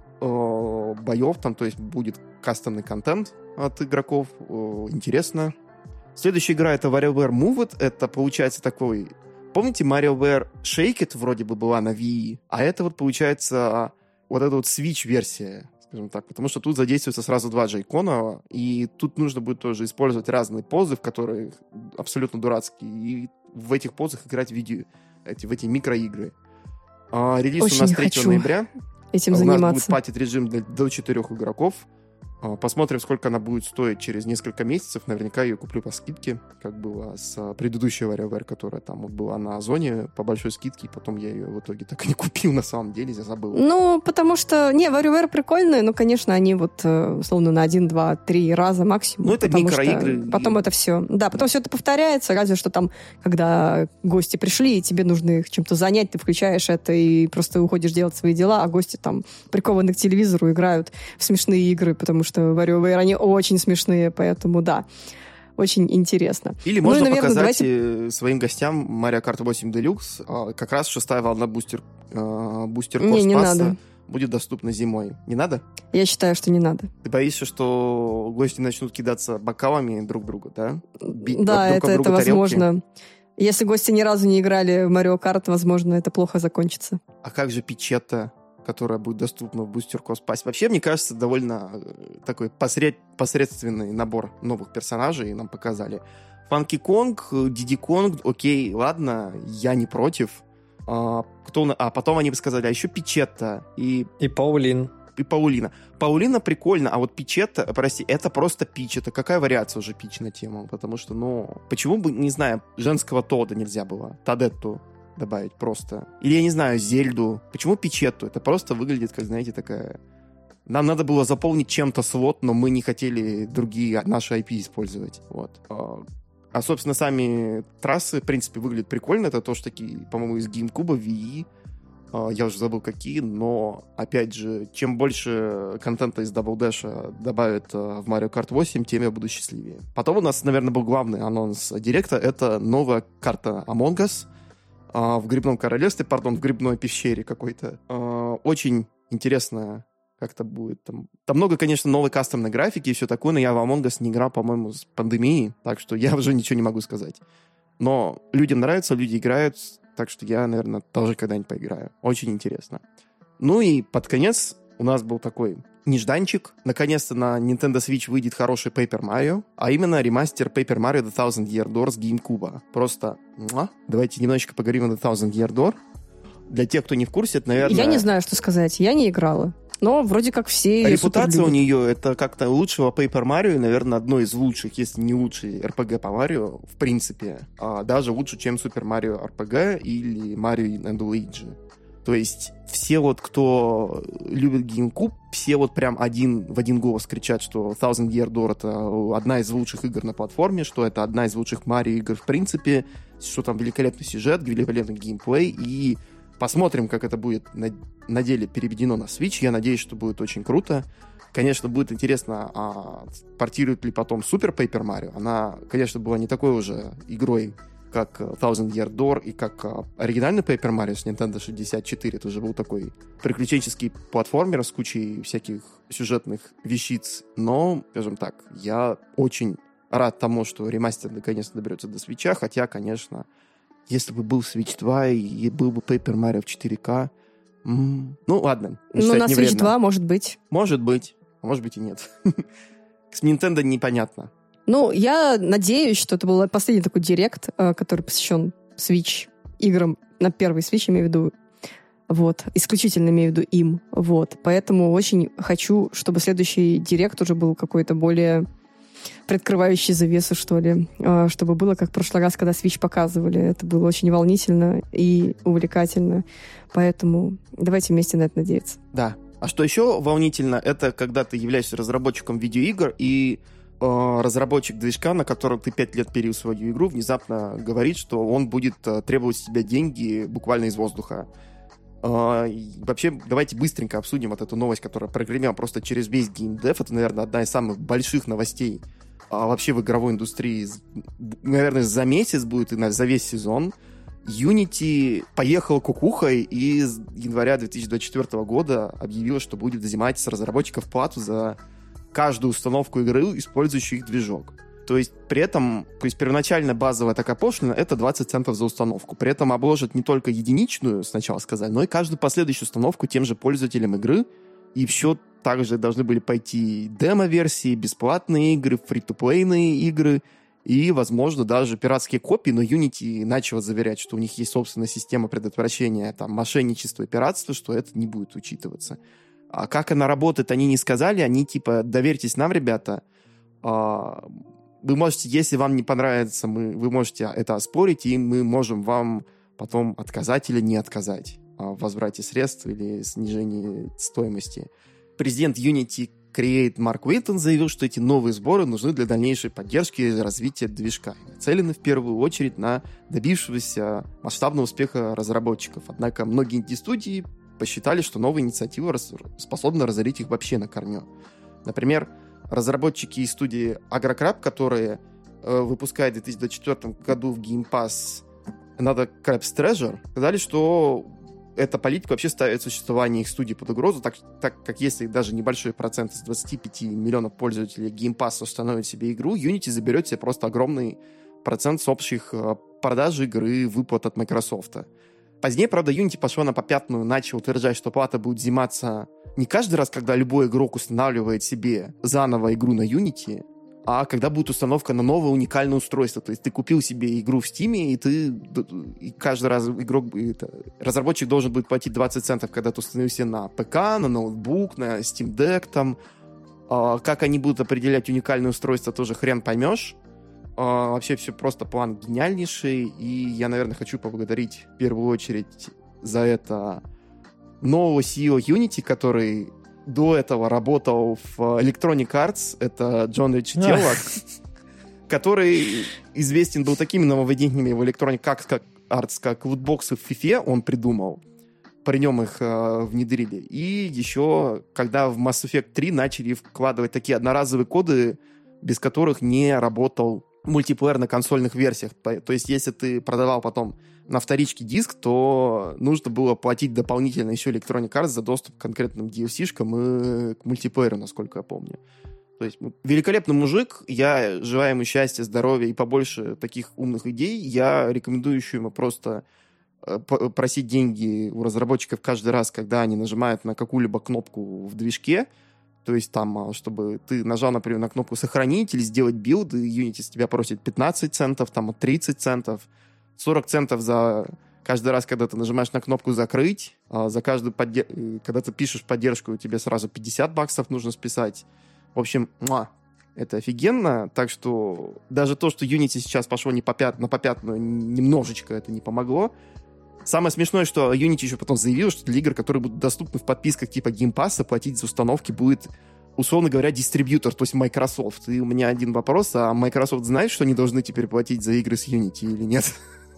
боев, там, то есть будет кастомный контент от игроков. Интересно. Следующая игра — это WarioWare Move It. Это, получается, такой... Помните, WarioWare Shake It вроде бы была на Wii, а это вот, получается, вот эта вот Switch-версия, скажем так, потому что тут задействуются сразу 2 джойкона, и тут нужно будет тоже использовать разные позы, в которые абсолютно дурацкие, и в этих позах играть в эти микроигры. Релиз очень у нас 3 ноября. Этим заниматься. У нас будет пати-режим до 4 игроков. Посмотрим, сколько она будет стоить через несколько месяцев. Наверняка ее куплю по скидке, как было с предыдущей WarioWare, которая там вот была на Озоне по большой скидке, и потом я ее в итоге так и не купил, на самом деле, я забыл. Ну, потому что, WarioWare прикольные, но, конечно, они вот, условно, на 1, 2, 3 раза максимум. Ну, это микроигры. Потом это все. Да, потом все это повторяется, разве что там, когда гости пришли, и тебе нужно их чем-то занять, ты включаешь это и просто уходишь делать свои дела, а гости там прикованы к телевизору, играют в смешные игры, потому что WarioWare, они очень смешные, поэтому да, очень интересно. Или можно, наверное, показать своим гостям Mario Kart 8 Deluxe, как раз 6-я волна бустер Корс Пасса будет доступна зимой. Не надо? Я считаю, что не надо. Ты боишься, что гости начнут кидаться бокалами друг друга, да? Да, это возможно. Если гости ни разу не играли в Mario Kart, возможно, это плохо закончится. А как же Пичетта, которая будет доступна в Booster Course Pass? Вообще, мне кажется, довольно такой посредственный набор новых персонажей нам показали. Фанки Конг, Диди Конг, окей, ладно, я не против. Потом они бы сказали, а еще Пичетта и Паулин. И Паулина. Паулина прикольно, а вот Пичетта, прости, это просто Пич. Это какая вариация уже Пич на тему? Потому что, почему бы, не знаю, женского Тода нельзя было? Тодетту добавить просто. Или, я не знаю, Зельду. Почему Пичетту? Это просто выглядит, как, знаете, такая... Нам надо было заполнить чем-то слот, но мы не хотели другие наши IP использовать. Вот. Собственно, сами трассы, в принципе, выглядят прикольно. Это тоже такие, по-моему, из GameCube, Wii. Я уже забыл, какие, но, опять же, чем больше контента из Double Dash добавят в Mario Kart 8, тем я буду счастливее. Потом у нас, наверное, был главный анонс директа. Это новая карта Among Us в Грибном Королевстве, в Грибной пещере какой-то. Очень интересно, как это будет. Там много, конечно, новой кастомной графики и все такое, но я в Among Us не играл, по-моему, с пандемией, так что я уже ничего не могу сказать. Но людям нравится, люди играют, так что я, наверное, тоже когда-нибудь поиграю. Очень интересно. Ну и под конец у нас был такой нежданчик. Наконец-то на Nintendo Switch выйдет хороший Paper Mario, а именно ремастер Paper Mario The Thousand Year Door с GameCube. Просто давайте немножечко поговорим о The Thousand Year Door. Для тех, кто не в курсе, это, наверное... Я не знаю, что сказать. Я не играла. Но вроде как все ее репутация у нее это как-то лучшего Paper Mario, наверное, одно из лучших, если не лучший RPG по Марио, в принципе. Даже лучше, чем Super Mario RPG или Mario and Luigi. То есть все вот, кто любит GameCube, все вот прям в один голос кричат, что Thousand Year Door — это одна из лучших игр на платформе, что это одна из лучших Марио игр в принципе, что там великолепный сюжет, великолепный геймплей, и посмотрим, как это будет на деле переведено на Switch. Я надеюсь, что будет очень круто. Конечно, будет интересно, портируют ли потом Super Paper Mario. Она, конечно, была не такой уже игрой, как Thousand Year Door и как оригинальный Paper Mario с Nintendo 64. Это уже был такой приключенческий платформер с кучей всяких сюжетных вещиц. Но, скажем так, я очень рад тому, что ремастер наконец-то доберется до Switch'а, хотя, конечно, если бы был Switch 2 и был бы Paper Mario в 4К, ну, ладно. Ну, на Switch 2, может быть. Может быть. А может быть и нет. С Nintendo непонятно. Ну, я надеюсь, что это был последний такой директ, который посвящен Switch играм на первый Switch, имею в виду. Вот. Исключительно имею в виду им. Вот. Поэтому очень хочу, чтобы следующий директ уже был какой-то более предкрывающий завесу, что ли. Чтобы было как в прошлый раз, когда Switch показывали. Это было очень волнительно и увлекательно. Поэтому давайте вместе на это надеяться. Да. А что еще волнительно, это когда ты являешься разработчиком видеоигр, и разработчик движка, на котором ты 5 лет пилил свою игру, внезапно говорит, что он будет требовать с тебя деньги буквально из воздуха. Вообще, давайте быстренько обсудим вот эту новость, которая прогремела просто через весь геймдев. Это, наверное, одна из самых больших новостей вообще в игровой индустрии. Наверное, за месяц будет и за весь сезон. Unity поехал кукухой и с января 2024 года объявила, что будет взимать с разработчиков плату за каждую установку игры, использующую их движок. То есть при этом, то есть первоначально базовая такая пошлина — это 20 центов за установку. При этом обложат не только единичную, сначала сказали, но и каждую последующую установку тем же пользователям игры. И все также должны были пойти демо-версии, бесплатные игры, фри-то-плейные игры и, возможно, даже пиратские копии. Но Unity начала заверять, что у них есть собственная система предотвращения там, мошенничества и пиратства, что это не будет учитываться. А как она работает, они не сказали. Они типа, доверьтесь нам, ребята. Вы можете, если вам не понравится, вы можете это оспорить, и мы можем вам потом отказать или не отказать в возврате средств или снижении стоимости. Президент Unity Create Марк Уитон заявил, что эти новые сборы нужны для дальнейшей поддержки и развития движка. Нацелены в первую очередь на добившегося масштабного успеха разработчиков. Однако многие инди-студии посчитали, что новая инициатива способна разорить их вообще на корню. Например, разработчики из студии AgroCrab, которые выпускают в 2024 году в Game Pass Another Crab's Treasure, сказали, что эта политика вообще ставит существование их студии под угрозу, так как если даже небольшой процент из 25 миллионов пользователей Game Pass установит себе игру, Unity заберет себе просто огромный процент с общих продаж игры, выплат от Microsoft. Позднее, правда, Unity пошла на попятную, начал утверждать, что плата будет взиматься не каждый раз, когда любой игрок устанавливает себе заново игру на Unity, а когда будет установка на новое уникальное устройство. То есть ты купил себе игру в Steam, и каждый раз разработчик должен будет платить 20 центов, когда ты установился на ПК, на ноутбук, на Steam Deck. Там. Как они будут определять уникальное устройство, тоже хрен поймешь. Вообще все просто план гениальнейший, и я, наверное, хочу поблагодарить в первую очередь за это нового CEO Unity, который до этого работал в Electronic Arts, это Джон Ричи Теллок, который известен был такими нововведениями в Electronic Arts, как лутбоксы в FIFA он придумал. При нем их внедрили. И еще, когда в Mass Effect 3 начали вкладывать такие одноразовые коды, без которых не работал мультиплеер на консольных версиях. То есть, если ты продавал потом на вторичке диск, то нужно было платить дополнительно еще Electronic Arts за доступ к конкретным DLC-шкам и к мультиплееру, насколько я помню. То есть, великолепный мужик. Я желаю ему счастья, здоровья и побольше таких умных идей. Я рекомендую еще ему просто просить деньги у разработчиков каждый раз, когда они нажимают на какую-либо кнопку в движке. То есть там, чтобы ты нажал, например, на кнопку «Сохранить» или «Сделать билд», и Unity с тебя просит 15 центов, там 30 центов, 40 центов за каждый раз, когда ты нажимаешь на кнопку «Закрыть», за каждую когда ты пишешь поддержку, тебе сразу 50 баксов нужно списать. В общем, это офигенно. Так что даже то, что Unity сейчас пошло на попятную, немножечко это не помогло. Самое смешное, что Unity еще потом заявил, что для игр, которые будут доступны в подписках типа Game Pass, платить за установки будет, условно говоря, дистрибьютор, то есть Microsoft. И у меня один вопрос, а Microsoft знает, что они должны теперь платить за игры с Unity или нет?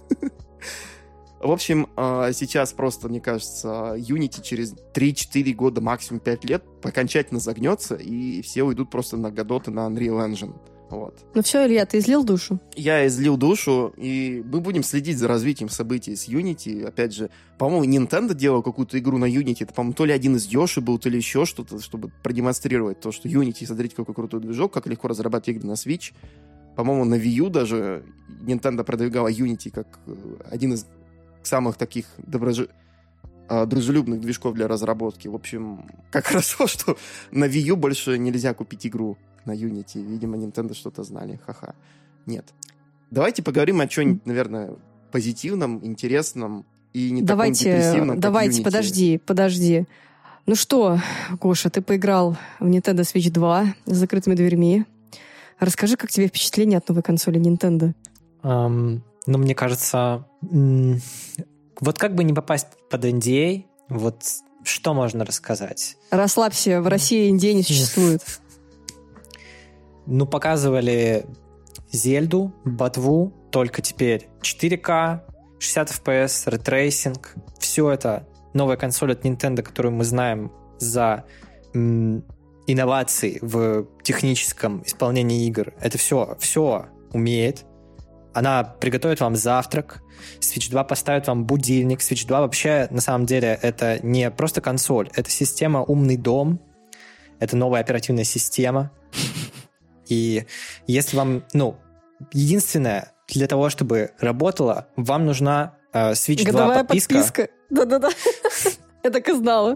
В общем, сейчас просто, мне кажется, Unity через 3-4 года, максимум 5 лет окончательно загнется, и все уйдут просто на Godot и на Unreal Engine. Вот. Ну все, Илья, ты излил душу? Я излил душу, и мы будем следить за развитием событий с Unity. Опять же, по-моему, Nintendo делал какую-то игру на Unity. Это, по-моему, то ли один из Yoshi был, то ли еще что-то, чтобы продемонстрировать то, что Unity, смотрите, какой крутой движок, как легко разрабатывать игры на Switch. По-моему, на Wii U даже Nintendo продвигала Unity как один из самых таких дружелюбных движков для разработки. В общем, как хорошо, что на Wii U больше нельзя купить игру на Unity. Видимо, Nintendo что-то знали. Ха-ха. Нет. Давайте поговорим о чем-нибудь, наверное, позитивном, интересном и не таком депрессивном, как Давайте, Unity. подожди. Ну что, Гоша, ты поиграл в Nintendo Switch 2 с закрытыми дверьми. Расскажи, как тебе впечатление от новой консоли Nintendo? Ну, мне кажется, вот как бы не попасть под NDA, вот что можно рассказать? Расслабься, в России NDA не существует. Ну, показывали Зельду, Ботву, только теперь 4К, 60 FPS, ретрейсинг. Все это новая консоль от Nintendo, которую мы знаем за инновации в техническом исполнении игр. Это все умеет. Она приготовит вам завтрак, Switch 2 поставит вам будильник. Switch 2 вообще, на самом деле, это не просто консоль, это система «Умный дом», это новая оперативная система. И если вам, единственное, для того, чтобы работала, вам нужна Switch 2 годовая подписка. Да-да-да. Я так и знала.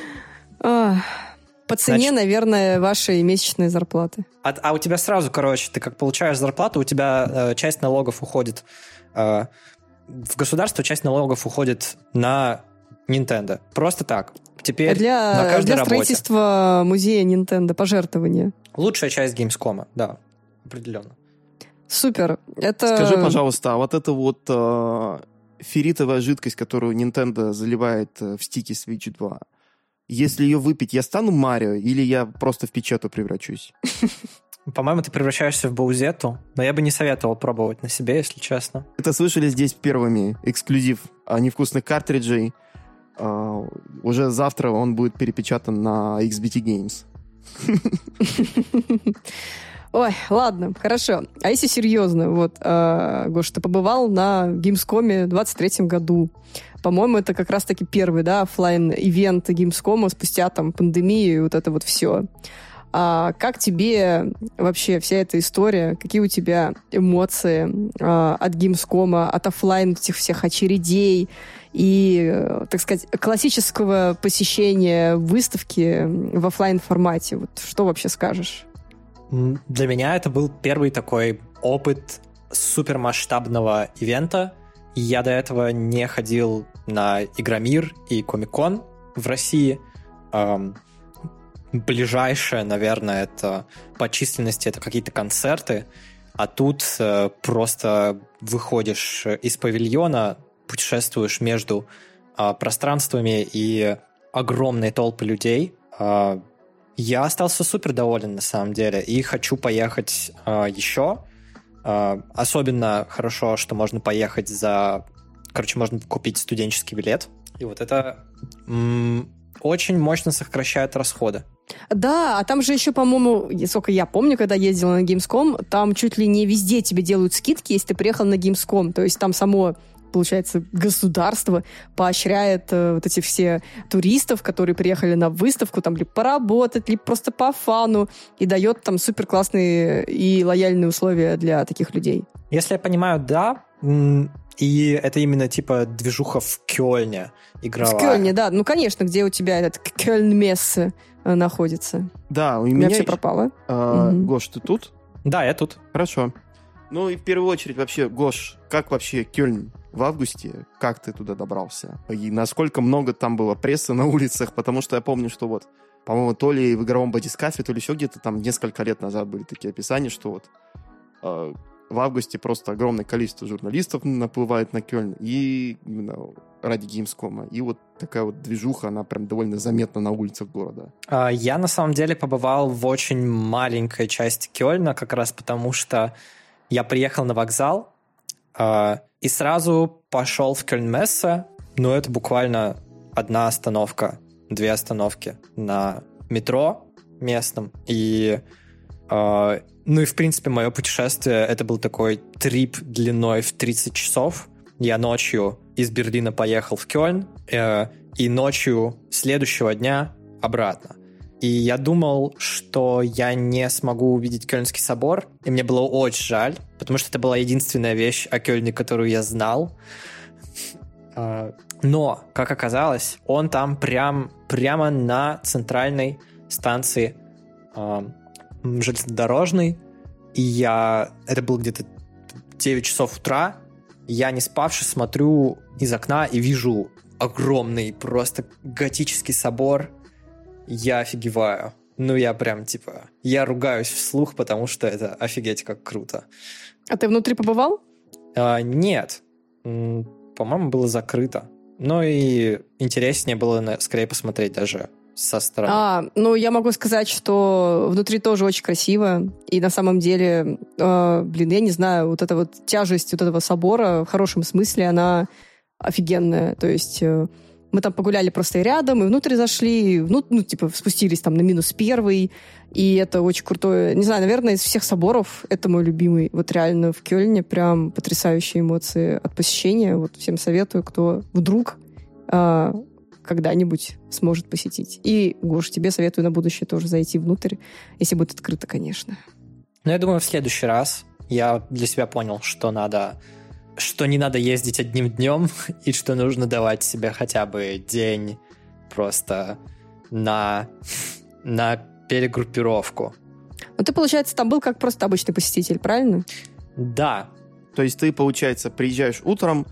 По цене, наверное, вашей месячной зарплаты. А у тебя сразу, ты как получаешь зарплату, у тебя часть налогов уходит в государство, часть налогов уходит на Nintendo. Просто так. Теперь на каждой для строительства музея Nintendo, пожертвования. Лучшая часть Gamescom, да, определенно. Супер. Скажи, пожалуйста, а вот эта вот ферритовая жидкость, которую Nintendo заливает в стики Switch 2, если ее выпить, я стану Марио или я просто в Пичету превращусь? По-моему, ты превращаешься в Боузетту, но я бы не советовал пробовать на себе, если честно. Это слышали здесь первыми. Эксклюзив невкусных картриджей. Уже завтра он будет перепечатан на XBT Games. Ой, ладно, хорошо. А если серьезно, Гош, ты побывал на Gamescom в 23-м году. По-моему, это как раз-таки первый, офлайн-ивент Gamescom спустя пандемию и вот это вот все. А как тебе вообще вся эта история? Какие у тебя эмоции от Gamescom, от офлайн этих всех очередей и, так сказать, классического посещения выставки в офлайн формате? Вот что вообще скажешь? Для меня это был первый такой опыт супермасштабного ивента. Я до этого не ходил на Игромир и Комик-кон в России. Ближайшее, наверное, это по численности это какие-то концерты, а тут просто выходишь из павильона, путешествуешь между пространствами и огромной толпы людей. Я остался супер доволен, на самом деле, и хочу поехать еще. Особенно хорошо, что можно поехать можно купить студенческий билет. И вот это очень мощно сокращает расходы. Да, а там же еще, по-моему, сколько я помню, когда ездила на Gamescom, там чуть ли не везде тебе делают скидки, если ты приехал на Gamescom. То есть там само, получается, государство поощряет вот эти все туристов, которые приехали на выставку, там, либо поработать, либо просто по фану, и дает там супер классные и лояльные условия для таких людей. Если я понимаю, да, и это именно типа движуха в Кёльне игровая. В Кёльне, да. Ну, конечно, где у тебя этот Кёльн-мессе находится. Да, у меня все пропало. Гош, ты тут? Да, я тут. Хорошо. Ну и в первую очередь вообще, Гош, как вообще Кёльн в августе? Как ты туда добрался? И насколько много там было прессы на улицах? Потому что я помню, что по-моему, то ли в игровом батискафе, то ли еще где-то там несколько лет назад были такие описания, что в августе просто огромное количество журналистов наплывает на Кёльн, и именно ради Gamescom. И вот такая вот движуха, она прям довольно заметна на улицах города. Я на самом деле побывал в очень маленькой части Кёльна, как раз потому что я приехал на вокзал и сразу пошел в Кёльнмессе. Ну, это буквально 1 остановка, 2 остановки на метро местном. И, ну и, в принципе, мое путешествие, это был такой трип длиной в 30 часов. Я ночью из Берлина поехал в Кёльн, и ночью следующего дня обратно. И я думал, что я не смогу увидеть Кёльнский собор, и мне было очень жаль, потому что это была единственная вещь о Кёльне, которую я знал. Но, как оказалось, он там прямо на центральной станции железнодорожной, и это было где-то 9 часов утра, я не спавши смотрю из окна и вижу огромный просто готический собор. Я офигеваю. Ну, я прям, я ругаюсь вслух, потому что это офигеть как круто. А ты внутри побывал? Нет. По-моему, было закрыто. Ну и интереснее было скорее посмотреть даже со стороны. Ну, я могу сказать, что внутри тоже очень красиво. И на самом деле, я не знаю, вот эта вот тяжесть вот этого собора в хорошем смысле, она офигенная. То есть мы там погуляли просто и рядом, и внутрь зашли, спустились там на -1, и это очень крутое. Не знаю, наверное, из всех соборов это мой любимый. Вот реально в Кёльне прям потрясающие эмоции от посещения. Вот всем советую, кто вдруг когда-нибудь сможет посетить. И, Гош, тебе советую на будущее тоже зайти внутрь, если будет открыто, конечно. Ну, я думаю, в следующий раз я для себя понял, что не надо ездить одним днем, и что нужно давать себе хотя бы день просто на перегруппировку. Ну, ты, получается, там был как просто обычный посетитель, правильно? Да. То есть ты, получается, приезжаешь утром,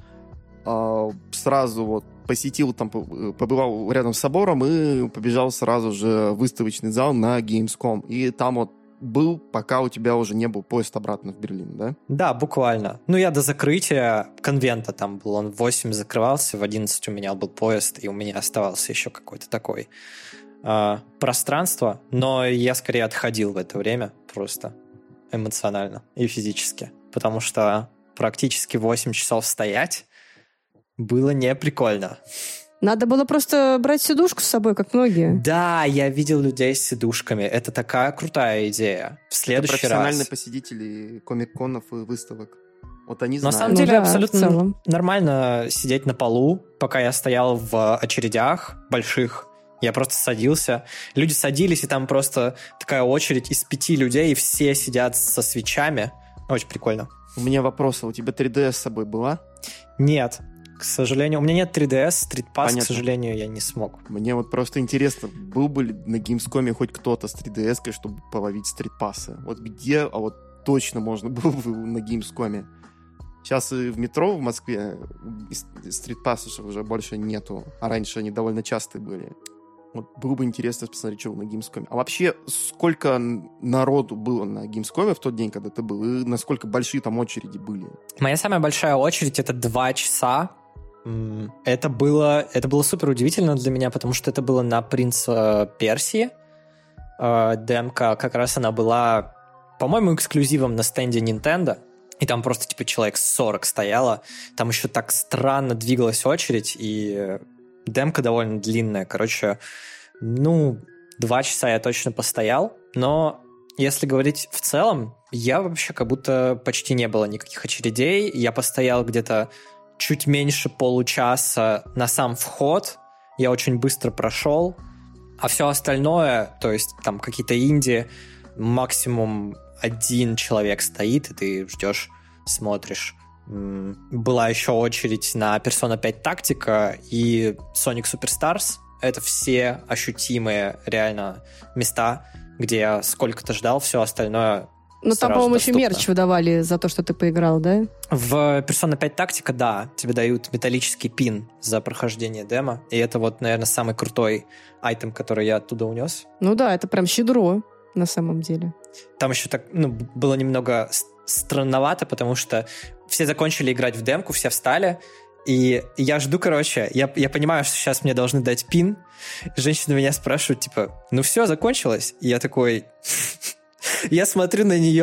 сразу вот посетил, там, побывал рядом с собором и побежал сразу же в выставочный зал на Gamescom. И там вот был, пока у тебя уже не был поезд обратно в Берлин, да? Да, буквально. Ну, я до закрытия конвента там был. Он в 8 закрывался, в 11 у меня был поезд, и у меня оставался еще какой-то такой пространство. Но я скорее отходил в это время просто эмоционально и физически. Потому что практически 8 часов стоять было не прикольно. Надо было просто брать сидушку с собой, как многие. Да, я видел людей с сидушками. Это такая крутая идея. В следующий раз... Профессиональные посетители комик-конов и выставок. Вот они знают. На самом деле абсолютно нормально сидеть на полу, пока я стоял в очередях больших. Я просто садился. Люди садились, и там просто такая очередь из 5 людей, и все сидят со свечами. Очень прикольно. У меня вопрос. А у тебя 3DS с собой была? Нет. К сожалению, у меня нет 3DS, стритпасс, к сожалению, я не смог. Мне вот просто интересно, был бы ли на Gamescom хоть кто-то с 3DS-кой, чтобы половить стритпассы? Вот где, вот точно можно было бы на Gamescom? Сейчас и в метро в Москве стритпассов уже больше нету, а раньше они довольно частые были. Вот было бы интересно посмотреть, что на Gamescom. А вообще, сколько народу было на Gamescom в тот день, когда ты был, и насколько большие там очереди были? Моя самая большая очередь — это 2 часа. Это было супер удивительно для меня, потому что это было на «Принца Персии». Демка, как раз она была, по-моему, эксклюзивом на стенде Nintendo. И там просто человек 40 стояло. Там еще так странно двигалась очередь, и демка довольно длинная. Короче, 2 часа я точно постоял. Но если говорить в целом, я вообще как будто почти не было никаких очередей. Я постоял где-то чуть меньше получаса на сам вход. Я очень быстро прошел. А все остальное, то есть там какие-то инди, максимум 1 человек стоит, и ты ждешь, смотришь. Была еще очередь на Persona 5 Tactica и Sonic Superstars. Это все ощутимые реально места, где я сколько-то ждал, все остальное Ну, там, по-моему, еще мерч выдавали за то, что ты поиграл, да? В Persona 5 Tactica, да, тебе дают металлический пин за прохождение демо, и это вот, наверное, самый крутой айтем, который я оттуда унес. Ну да, это прям щедро, на самом деле. Там еще так, было немного странновато, потому что все закончили играть в демку, все встали, и я жду, короче, я понимаю, что сейчас мне должны дать пин, женщины меня спрашивают, типа, ну все, закончилось? И я такой... Я смотрю на нее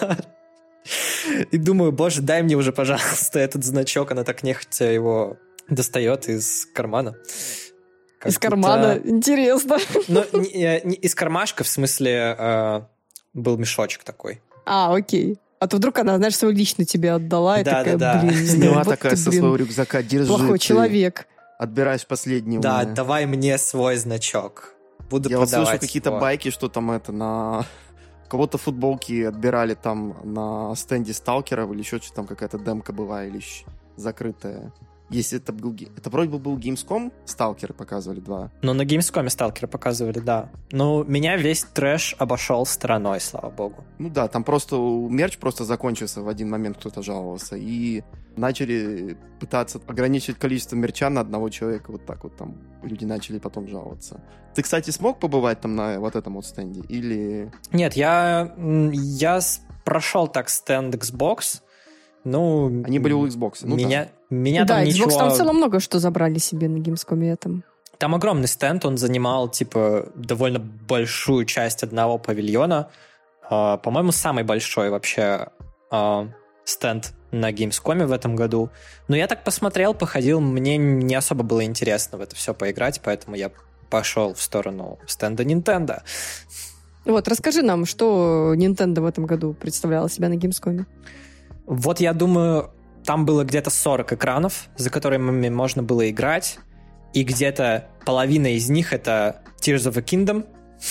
и думаю, боже, дай мне уже, пожалуйста, этот значок. Она так нехотя его достает из кармана. Из кармана? Интересно. Ну, не из кармашка, в смысле, был мешочек такой. Окей. А то вдруг она, знаешь, свою лично тебе отдала, и такая, блин. Сняла вот такая со своего рюкзака, держи. Плохой человек. Отбираешь последний. Да, давай мне свой значок. Буду я продавать. Я слышу какие-то байки, что там это на... Кого-то футболки отбирали там на стенде сталкеров, или еще что-то там какая-то демка была, или закрытая. Если это был... Это вроде бы был Gamescom, сталкеры показывали, 2. Ну, на Gamescom сталкеры показывали, да. Ну, меня весь трэш обошел стороной, слава богу. Ну да, там просто мерч просто закончился в один момент, кто-то жаловался, и начали пытаться ограничить количество мерча на одного человека, вот так вот там люди начали потом жаловаться. Ты, кстати, смог побывать там на вот этом вот стенде, или... Нет, я прошел так стенд Xbox. Ну, они были у Xbox. Ну, меня там Xbox ничего... там в целом много что забрали себе на Gamescom этом. Там огромный стенд, он занимал, типа, довольно большую часть одного павильона. По-моему, самый большой вообще стенд на Gamescom в этом году. Но я так посмотрел, походил, мне не особо было интересно в это все поиграть, поэтому я пошел в сторону стенда Nintendo. Вот, расскажи нам, что Nintendo в этом году представляла себя на Gamescom. Вот я думаю, там было где-то 40 экранов, за которыми можно было играть, и где-то половина из них это Tears of a Kingdom,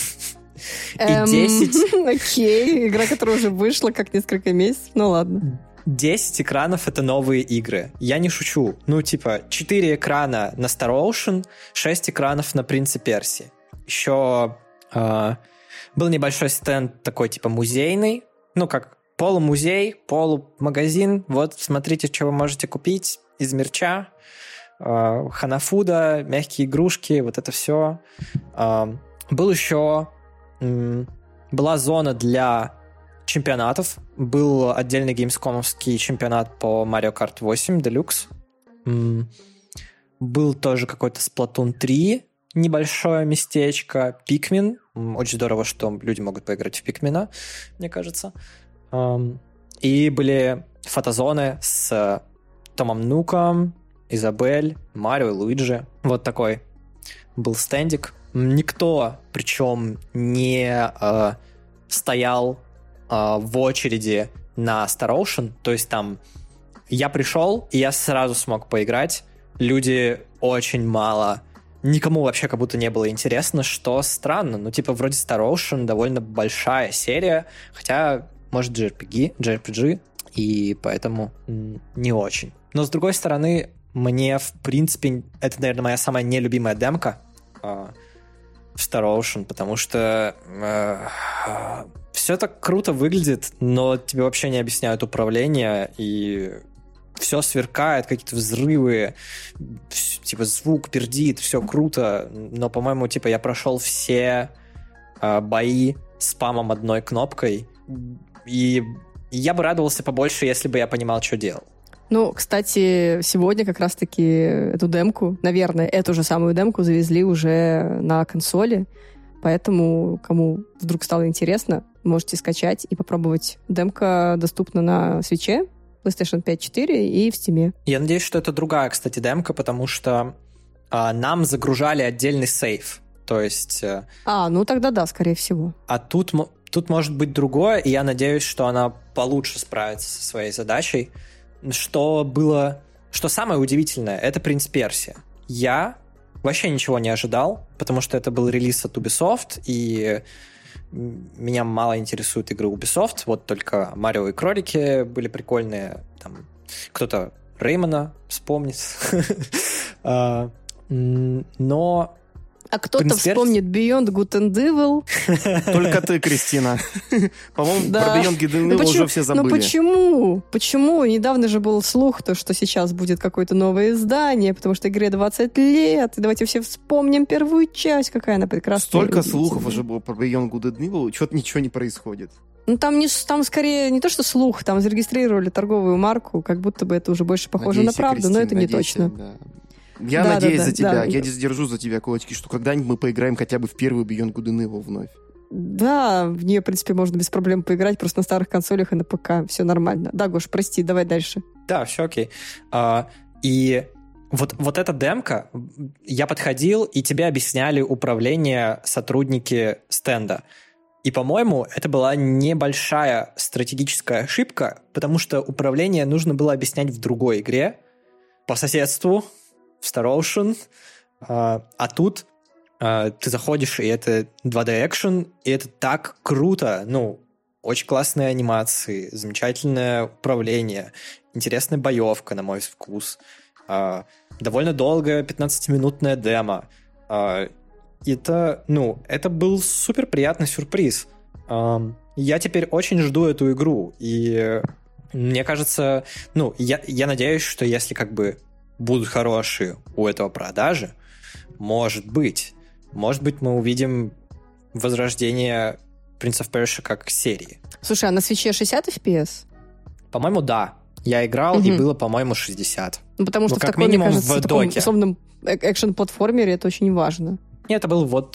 и 10... Окей, игра, которая уже вышла как несколько месяцев, ну ладно. 10 экранов — это новые игры. Я не шучу. Ну, типа, 4 экрана на Star Ocean, 6 экранов на Принце Персии. Еще был небольшой стенд такой, типа, музейный, ну, как полумузей, полумагазин. Вот, смотрите, что вы можете купить из мерча. Ханафуда, мягкие игрушки, вот это все. Был еще... Была зона для чемпионатов. Был отдельный геймскомовский чемпионат по Mario Kart 8 Deluxe. Был тоже какой-то Splatoon 3, небольшое местечко. Pikmin. Очень здорово, что люди могут поиграть в Pikmin, мне кажется. И были фотозоны с Томом Нуком, Изабель, Марио и Луиджи. Вот такой был стендик. Никто, причем, не стоял в очереди на Star Ocean. То есть там я пришел, и я сразу смог поиграть. Люди очень мало. Никому вообще как будто не было интересно, что странно. Ну, типа, вроде Star Ocean довольно большая серия, хотя, может, JRPG, и поэтому не очень. Но, с другой стороны, мне, в принципе, это, наверное, моя самая нелюбимая демка в Star Ocean, потому что все так круто выглядит, но тебе вообще не объясняют управление, и все сверкает, какие-то взрывы, типа звук пердит, все круто, но, по-моему, типа я прошел все бои спамом одной кнопкой, и я бы радовался побольше, если бы я понимал, что делал. Ну, кстати, сегодня как раз-таки эту демку, наверное, эту же самую демку завезли уже на консоли, поэтому, кому вдруг стало интересно, можете скачать и попробовать. Демка доступна на Switch, PlayStation 5, 4 и в Steam. Я надеюсь, что это другая, кстати, демка, потому что нам загружали отдельный сейф, то есть... ну тогда да, скорее всего. А тут может быть другое, и я надеюсь, что она получше справится со своей задачей. Что самое удивительное, это «Принц Персия». Я вообще ничего не ожидал, потому что это был релиз от Ubisoft, и меня мало интересуют игры Ubisoft, вот только Марио и кролики были прикольные, там кто-то Реймона вспомнит. Но... А кто-то вспомнит Beyond Good and Evil. Только ты, Кристина. По-моему, про Beyond Good and Evil уже все забыли. Ну почему? Почему? Недавно же был слух, что сейчас будет какое-то новое издание, потому что игре 20 лет. И давайте все вспомним первую часть, какая она прекрасная. Столько слухов уже было про Beyond Good and Evil, что-то ничего не происходит. Ну, там скорее не то, что слух, там зарегистрировали торговую марку, как будто бы это уже больше похоже Надейся, на правду, Кристин, но это не надейся, точно. Да. Я надеюсь за тебя, я держу за тебя кулачки, что когда-нибудь мы поиграем хотя бы в первую Beyond Good and Evil вновь. Да, в нее, в принципе, можно без проблем поиграть, просто на старых консолях и на ПК. Все нормально. Да, Гош, прости, давай дальше. Да, все окей. И вот эта демка, я подходил, и тебе объясняли управление сотрудники стенда. И, по-моему, это была небольшая стратегическая ошибка, потому что управление нужно было объяснять в другой игре, по соседству, в Star Ocean, а тут ты заходишь, и это 2D-экшен, и это так круто. Ну, очень классные анимации, замечательное управление, интересная боевка, на мой вкус. Довольно долгая 15-минутная демо. Это был супер приятный сюрприз. Я теперь очень жду эту игру, и мне кажется, я надеюсь, что если как бы будут хорошие у этого продажи, может быть мы увидим возрождение Prince of Persia как серии. Слушай, а на свитче 60 FPS? По-моему, да. Я играл, и было, по-моему, 60. Ну, потому что в как таком, минимум, мне кажется, в в таком доке. условном экшен-платформере это очень важно. Нет,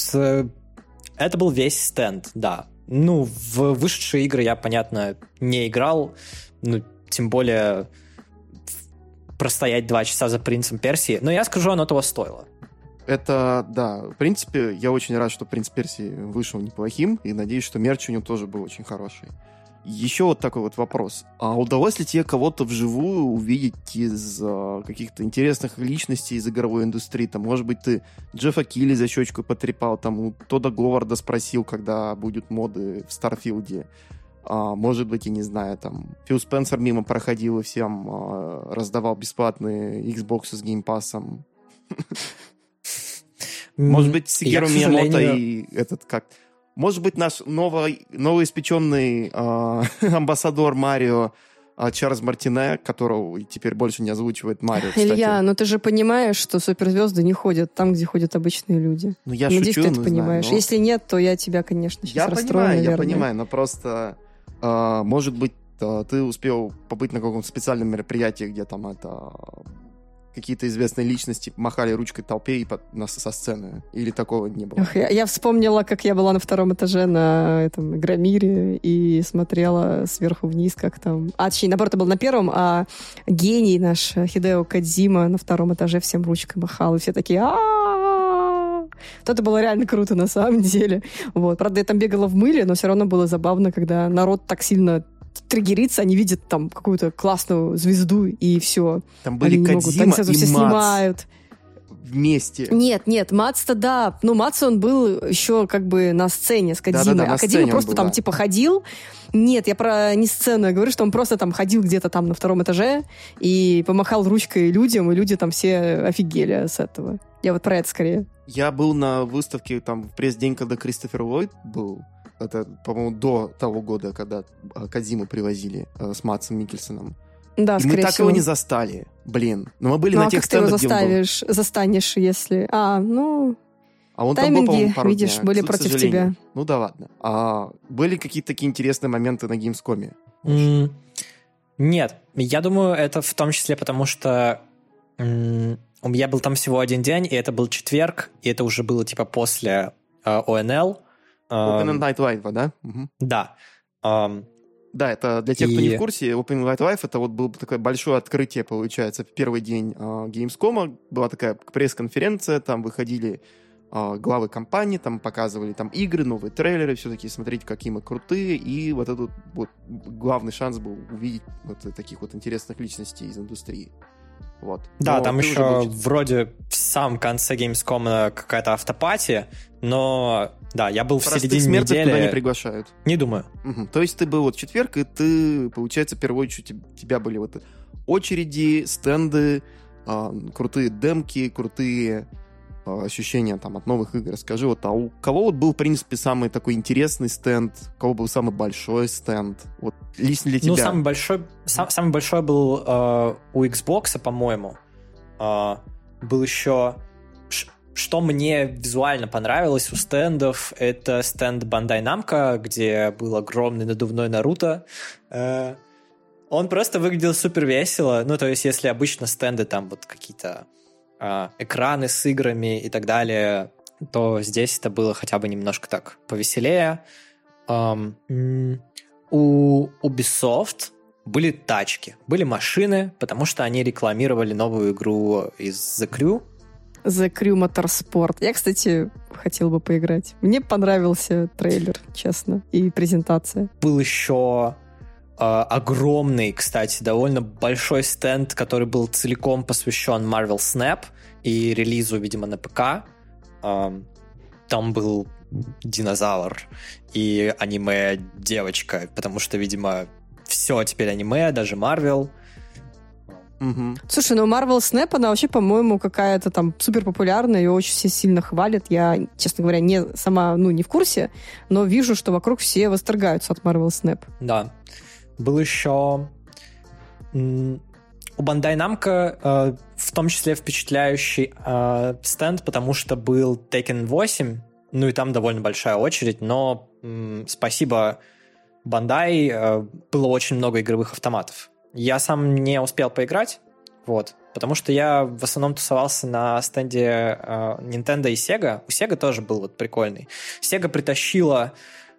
это был весь стенд, да. Ну, в вышедшие игры я, понятно, не играл, тем более простоять 2 часа за Принцем Персии, но я скажу, оно того стоило. Это, да, в принципе, я очень рад, что «Принц Персии» вышел неплохим, и надеюсь, что мерч у него тоже был очень хороший. Еще вот такой вот вопрос. А удалось ли тебе кого-то вживую увидеть из каких-то интересных личностей из игровой индустрии? Там, может быть, ты Джеффа Килли за щечку потрепал, там, у Тодда Говарда спросил, когда будут моды в Старфилде. Может быть, я не знаю, там, Фил Спенсер мимо проходил и всем раздавал бесплатные Xbox с геймпассом. Может быть, Сигеру Миямото и этот как... Может быть, наш новоиспеченный амбассадор Марио Чарльз Мартине, которого теперь больше не озвучивает Марио, кстати. Илья, но ты же понимаешь, что суперзвезды не ходят там, где ходят обычные люди. Ну, я Надеюсь, шучу, ты это понимаешь. Знаю, но... Если нет, то я тебя, конечно, сейчас расстрою, наверное. Я понимаю, но просто, может быть, ты успел побыть на каком-то специальном мероприятии, где там какие-то известные личности махали ручкой толпе и со сцены. Или такого не было? Я вспомнила, как я была на 2-м этаже на этом Игромире и смотрела сверху вниз, как там... точнее, наоборот, это был на 1-м, а гений наш Хидео Кодзима на 2-м этаже всем ручкой махал, и все такие вот это было реально круто на самом деле. Вот. Правда, я там бегала в мыле, но все равно было забавно, когда народ так сильно триггерится, они видят там какую-то классную звезду, и все. Там были Кодзима сразу и все Мац снимают. Вместе. Нет, Мац-то да. Ну, Мац, он был еще как бы на сцене с Кодзимой. Да, а Кодзима просто был, там да. типа ходил. Нет, я про не сцену, я говорю, что он просто там ходил где-то там на 2-м этаже и помахал ручкой людям, и люди там все офигели с этого. Я вот про это скорее. Я был на выставке там в пресс-день, когда Кристофер Ллойд был. Это, по-моему, до того года, когда Кодзиму привозили с Мадсом Миккельсоном. Да, и скорее мы так всего. его не застали. Блин. Но мы были на тех стендах, где он был. А как ты его застанешь, если... А он там был, тайминги, по-моему, пару видишь, дня, были к против сожалению. тебя. Ну да ладно. Были какие-то такие интересные моменты на Gamescom? Нет. Я думаю, это в том числе потому, что я был там всего 1 день, и это был четверг, и это уже было типа после ОНЛ. Open Night Live, да? Угу. Да. Да, это для тех, кто не в курсе, Open Night Live, это вот было такое большое открытие, получается, в первый день Gamescom. Была такая пресс-конференция, там выходили главы компаний, там показывали там игры, новые трейлеры, все-таки смотреть, какие мы крутые, и вот этот вот главный шанс был увидеть вот таких вот интересных личностей из индустрии. Вот. Да, но там еще вроде в самом конце Gamescom какая-то автопати, но да, я был в середине недели. Туда не приглашают. Не думаю. Угу. То есть ты был вот в четверг, и ты, получается, в первую очередь у тебя были вот очереди, стенды, крутые демки, крутые ощущения там от новых игр. Скажи, вот, а у кого вот был, в принципе, самый такой интересный стенд? У кого был самый большой стенд? Вот лично для тебя. Ну, самый большой был у Xbox, по-моему. Был еще что мне визуально понравилось у стендов, это стенд Bandai Namco, где был огромный надувной Наруто. Он просто выглядел супер весело. Ну, то есть, если обычно стенды там вот какие-то экраны с играми и так далее, то здесь это было хотя бы немножко так повеселее. У Ubisoft были тачки, были машины, потому что они рекламировали новую игру из The Crew. The Crew Motorsport. Я, кстати, хотел бы поиграть. Мне понравился трейлер, честно, и презентация. Был еще огромный, кстати, довольно большой стенд, который был целиком посвящен Marvel Snap и релизу, видимо, на ПК. Там был динозавр и аниме-девочка, потому что, видимо, все теперь аниме, даже Marvel. Угу. Слушай, ну Marvel Snap, она вообще, по-моему, какая-то там супер популярная, ее очень все сильно хвалят. Я, честно говоря, не в курсе, но вижу, что вокруг все восторгаются от Marvel Snap. Да. Был еще у Bandai Namco в том числе впечатляющий стенд, потому что был Tekken 8, ну и там довольно большая очередь, но спасибо Bandai, было очень много игровых автоматов. Я сам не успел поиграть, вот, потому что я в основном тусовался на стенде Nintendo и Sega. У Sega тоже был вот прикольный. Sega притащила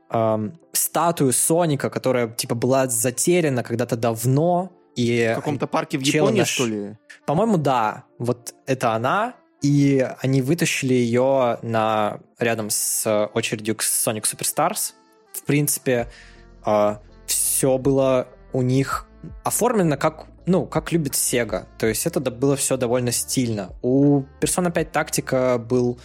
статую Соника, которая типа была затеряна когда-то давно. И в каком-то парке в Японии, что ли? По-моему, да. Вот это она. И они вытащили ее рядом с очередью к Sonic Superstars. В принципе, все было у них оформлено как любит Sega. То есть это было все довольно стильно. У Persona 5 Tactica был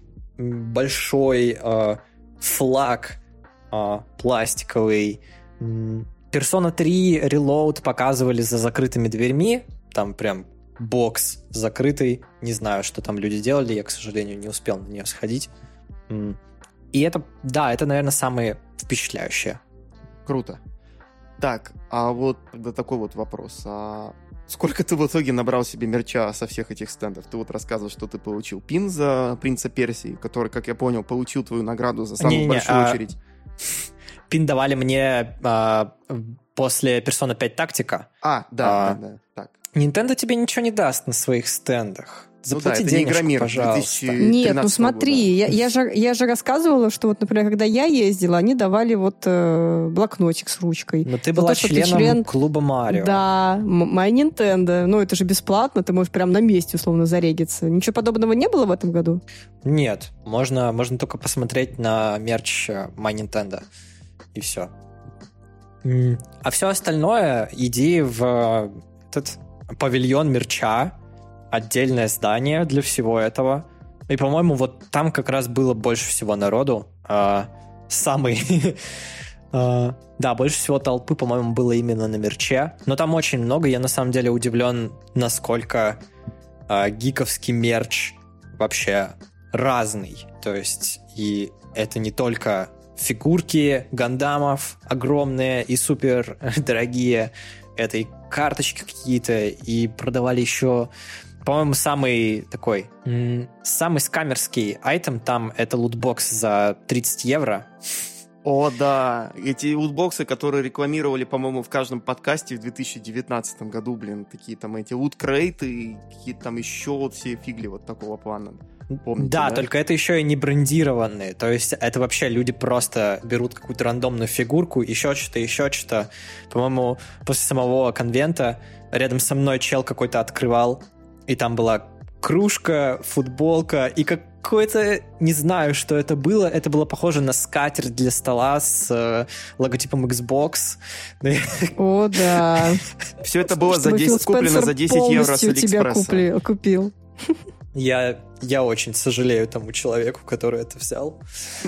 большой флаг пластиковый. Persona 3 Reload показывали за закрытыми дверьми. Там прям бокс закрытый. Не знаю, что там люди делали. Я, к сожалению, не успел на нее сходить. И это, наверное, самые впечатляющие. Круто. Так, а вот тогда такой вот вопрос. А сколько ты в итоге набрал себе мерча со всех этих стендов? Ты вот рассказывал, что ты получил пин за Принца Персии, который, как я понял, получил твою награду за самую большую очередь. Пин давали мне после Persona 5 Tactica. Да. Так. Nintendo тебе ничего не даст на своих стендах. Заплати это денежку, не Игромир, пожалуйста. Нет, ну смотри, я же рассказывала, что вот, например, когда я ездила, они давали вот блокнотик с ручкой. Но ты была членом клуба Марио. Да, My Nintendo. Ну, это же бесплатно, ты можешь прям на месте условно зарегиться. Ничего подобного не было в этом году? Нет, можно только посмотреть на мерч My Nintendo. И все. А все остальное иди в этот павильон мерча, отдельное здание для всего этого. И, по-моему, вот там как раз было больше всего народу. Больше всего толпы, по-моему, было именно на мерче. Но там очень много. Я, на самом деле, удивлен, насколько гиковский мерч вообще разный. То есть, и это не только фигурки гандамов огромные и супер дорогие. Это и карточки какие-то, и продавали еще... По-моему, самый скамерский айтем там — это лутбокс за 30 евро. О, да. Эти лутбоксы, которые рекламировали, по-моему, в каждом подкасте в 2019 году, такие там эти лут-крейты, какие-то там еще вот все фигли вот такого плана. Помните, да, только это еще и не брендированные. То есть это вообще люди просто берут какую-то рандомную фигурку, еще что-то. По-моему, после самого конвента рядом со мной чел какой-то открывал, и там была кружка, футболка и какой-то, не знаю, что это было. Это было похоже на скатерть для стола с логотипом Xbox. О, да. Все это было куплено за 10 евро с Алиэкспресса. Тебя купил. Я очень сожалею тому человеку, который это взял.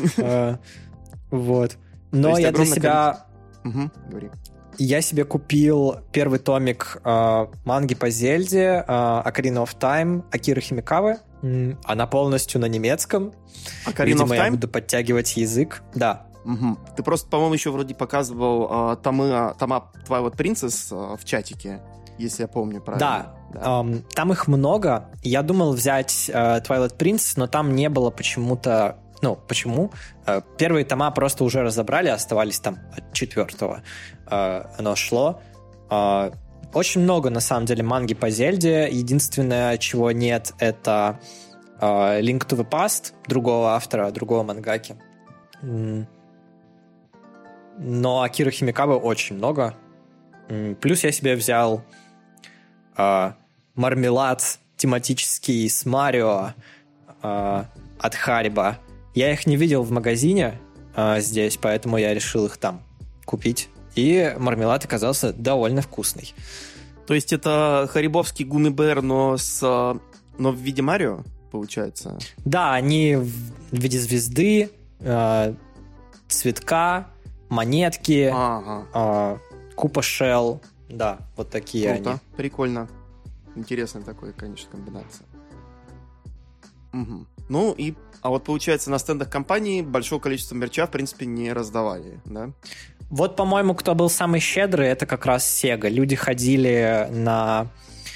Вот. Но я для себя... Говори. Я себе купил первый томик манги по Зельде Ocarina of Time Акиры Химикавы. Она полностью на немецком. Ocarina Видимо, of Time? я буду подтягивать язык. Да. Угу. Ты просто, по-моему, еще вроде показывал тома Twilight Princess в чатике, если я помню правильно. Да. Там их много. Я думал взять Twilight Princess, но там не было почему-то... Ну, почему? Первые тома просто уже разобрали, оставались там от 4-го. Оно шло. Очень много, на самом деле, манги по Зельде. Единственное, чего нет, это Link to the Past другого автора, другого мангаки. Но Акиры Химикабы очень много. Плюс я себе взял мармелад тематический с Марио от Харибо. Я их не видел в магазине здесь, поэтому я решил их там купить. И мармелад оказался довольно вкусный. То есть это харибовский Гумми-бэр, но в виде Марио, получается? Да, они в виде звезды, цветка, монетки, купа шелл. Да, вот такие Круто, они. Прикольно. Интересная такая, конечно, комбинация. Угу. Ну и... А вот, получается, на стендах компании большое количество мерча, в принципе, не раздавали, да? Вот, по-моему, кто был самый щедрый, это как раз Sega. Люди ходили на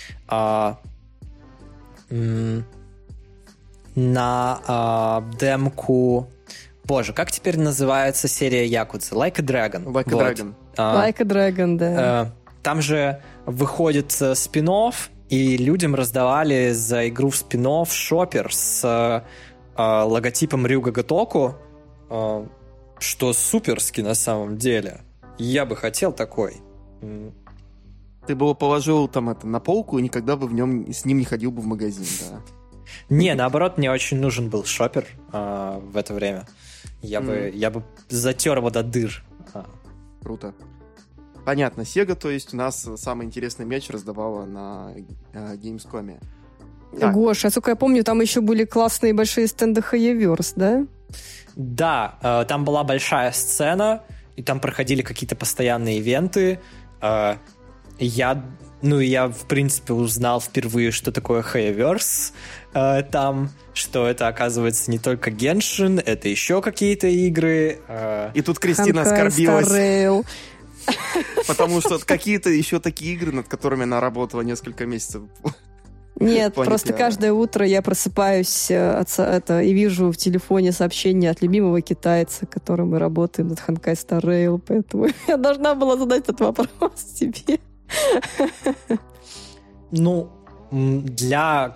демку... Боже, как теперь называется серия Якудзы? Like a Dragon. Like a Dragon. Like a Dragon, да. Там же выходит спин-офф, и людям раздавали за игру в спин-офф шоппер с логотипом Рюга Готоку, что суперски на самом деле. Я бы хотел такой. Ты бы его положил там на полку и никогда бы с ним не ходил бы в магазин, да? Не, наоборот, мне очень нужен был шоппер в это время. Я бы затер его до дыр. Круто. Понятно, Sega, то есть у нас самый интересный меч раздавала на Gamescom. Гош, насколько я помню, там еще были классные большие стенды Хаеверс, да? Да, там была большая сцена, и там проходили какие-то постоянные ивенты. Я, в принципе, узнал впервые, что такое Хаеверс там, что это, оказывается, не только Геншин, это еще какие-то игры. И тут Кристина оскорбилась. Потому что какие-то еще такие игры, над которыми она работала несколько месяцев. Нет, просто каждое утро я просыпаюсь и вижу в телефоне сообщение от любимого китайца, которым мы работаем над Honkai Star Rail, поэтому я должна была задать этот вопрос тебе. Для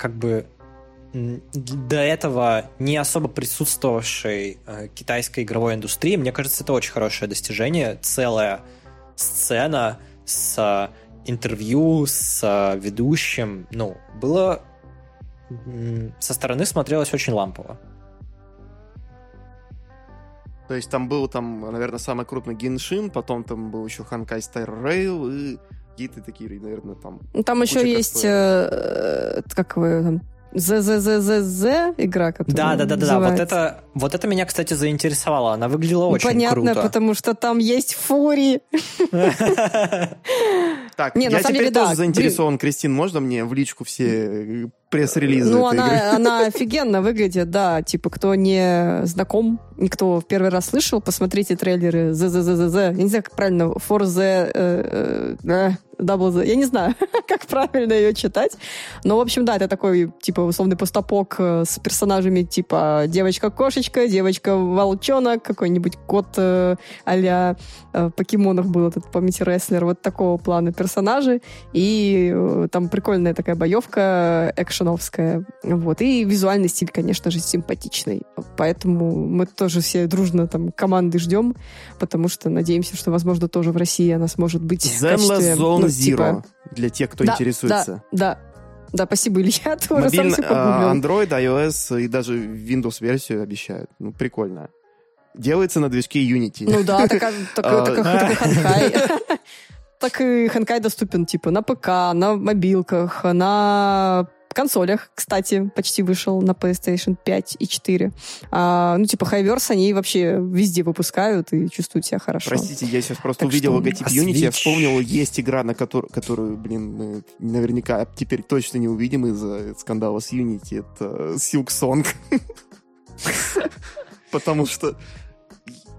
до этого не особо присутствовавшей китайской игровой индустрии, мне кажется, это очень хорошее достижение. Целая сцена с интервью с ведущим, было со стороны смотрелось очень лампово. То есть там был, наверное, самый крупный Геншин, потом там был еще Honkai Star Rail и какие-то такие, наверное, там... Там еще есть, как вы там... ЗЗЗЗ игра, которая Да. Вот это меня, кстати, заинтересовало. Она выглядела очень круто. Понятно, потому что там есть Фури. Так, я теперь тоже заинтересован. Кристин, можно мне в личку все пресс-релизы этой игры? Она офигенно выглядит, да. Типа, кто не знаком, никто в первый раз слышал, посмотрите трейлеры ЗЗЗЗ. Я не знаю, как правильно, Forza... Double Z. Я не знаю, как правильно ее читать. Но, в общем, да, это такой, типа, условный постапок с персонажами, типа, девочка-кошечка, девочка-волчонок, какой-нибудь кот а-ля покемонов был этот, помните, рестлер. Вот такого плана персонажи. И там прикольная такая боевка экшеновская. Вот. И визуальный стиль, конечно же, симпатичный. Поэтому мы тоже все дружно там команды ждем, потому что надеемся, что, возможно, тоже в России она сможет быть в качестве... Zero, для тех, кто интересуется. Да, спасибо, Илья, ты уже сам все погуглил. Android, iOS и даже Windows-версию обещают. Прикольно. Делается на движке Unity. Такой Honkai. Так и Honkai доступен, типа, на ПК, на мобилках, на консолях, кстати, почти вышел на PlayStation 5 и 4. Хайверс они вообще везде выпускают и чувствуют себя хорошо. Простите, я сейчас просто увидел логотип Unity, я вспомнил, есть игра, на которую, мы наверняка теперь точно не увидим из-за скандала с Unity. Это Silk Song. Потому что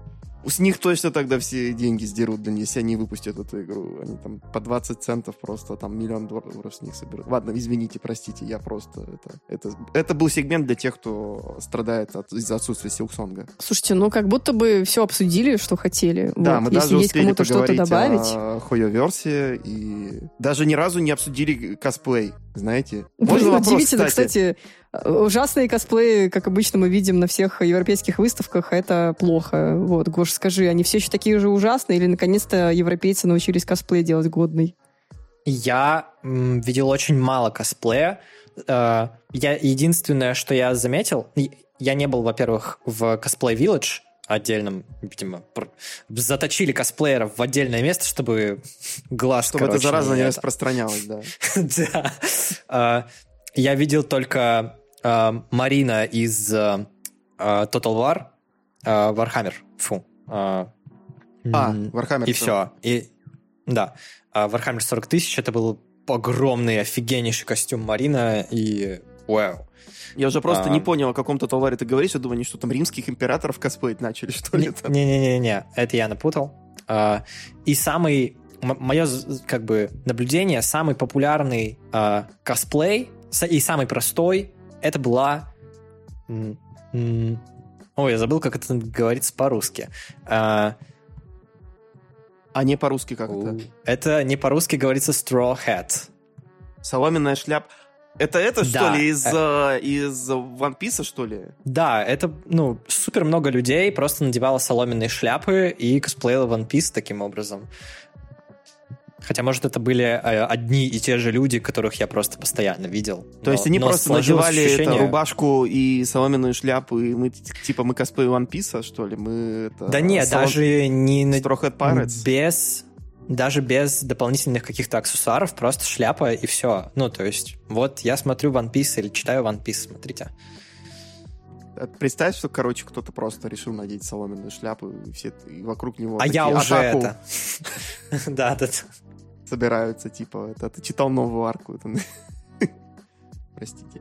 С них точно тогда все деньги сдерут, да, если они выпустят эту игру. Они там по 20 центов просто там $1 миллион с них соберут. Ладно, извините, простите, я просто... Это был сегмент для тех, кто страдает из-за отсутствия Силксонга. Слушайте, ну как будто бы все обсудили, что хотели. Да, вот. мы Если даже есть успели кому-то что-то поговорить добавить. о Хойо-версии и даже ни разу не обсудили косплей, знаете. Блин, удивительно, кстати, ужасные косплеи, как обычно мы видим на всех европейских выставках, это плохо. Вот, Гош, скажи, они все еще такие же ужасные или наконец-то европейцы научились косплей делать годный? Я видел очень мало косплея. Единственное, что я заметил, я не был, во-первых, в Cosplay Village отдельном, видимо, заточили косплееров в отдельное место, чтобы глаз, чтобы это зараза не распространялось, да. Да. Я видел только Марина из Total War, Warhammer. Фу. Warhammer. И все. Да. Warhammer 40 тысяч, это был огромный, офигеннейший костюм Марина, и вау. Я уже просто не понял, о каком Total War ты говоришь. Я думаю, они что там, римских императоров косплеить начали, что ли? Не-не-не, это я напутал. И мое как бы наблюдение, самый популярный косплей и самый простой, это была... Ой, я забыл, как это говорится по-русски. А не по-русски как это? Это не по-русски говорится straw hat. Соломенная шляпа. Это да. Что ли, из One Piece, что ли? Да, это, супер много людей просто надевало соломенные шляпы и косплеило One Piece таким образом. Хотя, может, это были одни и те же люди, которых я просто постоянно видел. То есть они просто надевали рубашку и соломенную шляпу, и мы косплеим One Piece, что ли? Да нет, даже не... Straw Hat Pirates? Даже без дополнительных каких-то аксессуаров, просто шляпа и все. То есть, вот я смотрю One Piece или читаю One Piece, смотрите. Представь, что, кто-то просто решил надеть соломенную шляпу, и все и вокруг него я уже атаку это. Да. Собираются, ты читал новую арку. Простите.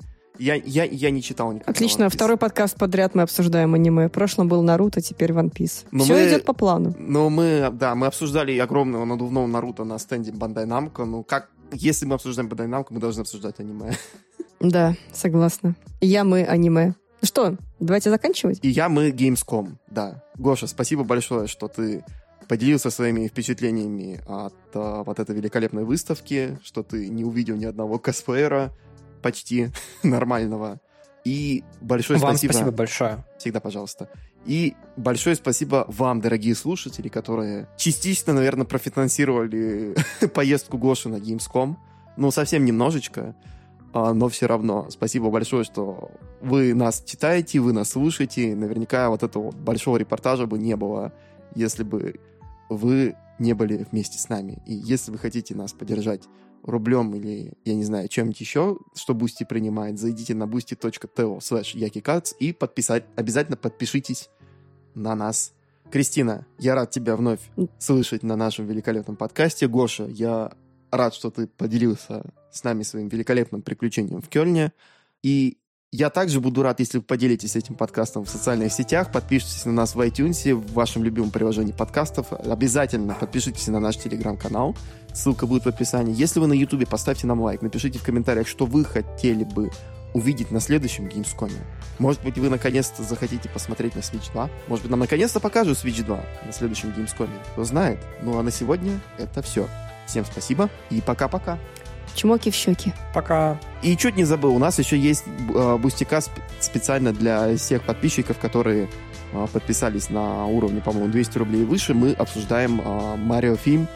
Я не читал никогда. Отлично, второй подкаст подряд мы обсуждаем аниме. В прошлом был Наруто, теперь One Piece. Все идет по плану. Мы обсуждали огромного надувного Наруто на стенде Bandai Namco. Если мы обсуждаем Bandai Namco, мы должны обсуждать аниме. Да, согласна. Мы аниме. Ну что, давайте заканчивать? Мы Gamescom, да. Гоша, спасибо большое, что ты поделился своими впечатлениями от вот этой великолепной выставки, что ты не увидел ни одного косплеера почти нормального. И большое спасибо... Вам спасибо большое. Всегда, пожалуйста. И большое спасибо вам, дорогие слушатели, которые частично, наверное, профинансировали поездку Гоши на Gamescom. Совсем немножечко, но все равно. Спасибо большое, что вы нас читаете, вы нас слушаете. Наверняка вот этого большого репортажа бы не было, если бы вы не были вместе с нами. И если вы хотите нас поддержать рублем или, я не знаю, чем-нибудь еще, что Boosty принимает, зайдите на boosty.to/yakikats и обязательно подпишитесь на нас. Кристина, я рад тебя вновь слышать на нашем великолепном подкасте. Гоша, я рад, что ты поделился с нами своим великолепным приключением в Кёльне. И я также буду рад, если вы поделитесь этим подкастом в социальных сетях, подпишитесь на нас в iTunes, в вашем любимом приложении подкастов. Обязательно подпишитесь на наш телеграм-канал. Ссылка будет в описании. Если вы на Ютубе, поставьте нам лайк, напишите в комментариях, что вы хотели бы увидеть на следующем Gamescom. Может быть, вы наконец-то захотите посмотреть на Switch 2. Может быть, нам наконец-то покажут Switch 2 на следующем Gamescom. Кто знает. А на сегодня это все. Всем спасибо и пока-пока. Чмоки в щеки. Пока. И чуть не забыл, у нас еще есть бустикас специально для всех подписчиков, которые подписались на уровне, по-моему, 200 рублей и выше. Мы обсуждаем Марио фильм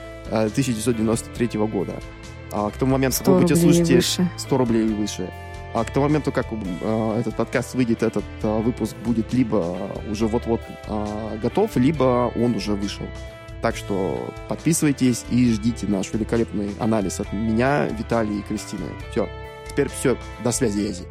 1993 года. К тому моменту, как вы будете слушать, 100 рублей и выше. А к тому моменту, как этот подкаст выйдет, этот выпуск будет либо уже вот-вот готов, либо он уже вышел. Так что подписывайтесь и ждите наш великолепный анализ от меня, Виталия и Кристины. Все. Теперь все. До связи, Язи.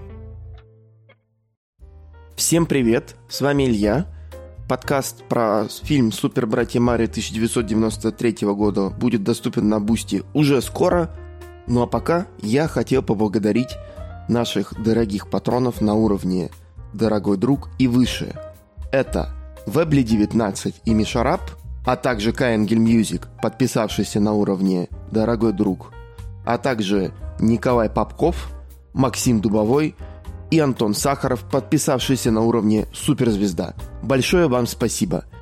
Всем привет. С вами Илья. Подкаст про фильм «Супер братья Марио» 1993 года будет доступен на Бусти уже скоро. Ну а пока я хотел поблагодарить наших дорогих патронов на уровне «Дорогой друг» и выше. Это Вебли19 и Мишараб, а также Каэнгель Мьюзик, подписавшийся на уровне «Дорогой друг», а также Николай Попков, Максим Дубовой и Антон Сахаров, подписавшийся на уровне «Суперзвезда». Большое вам спасибо!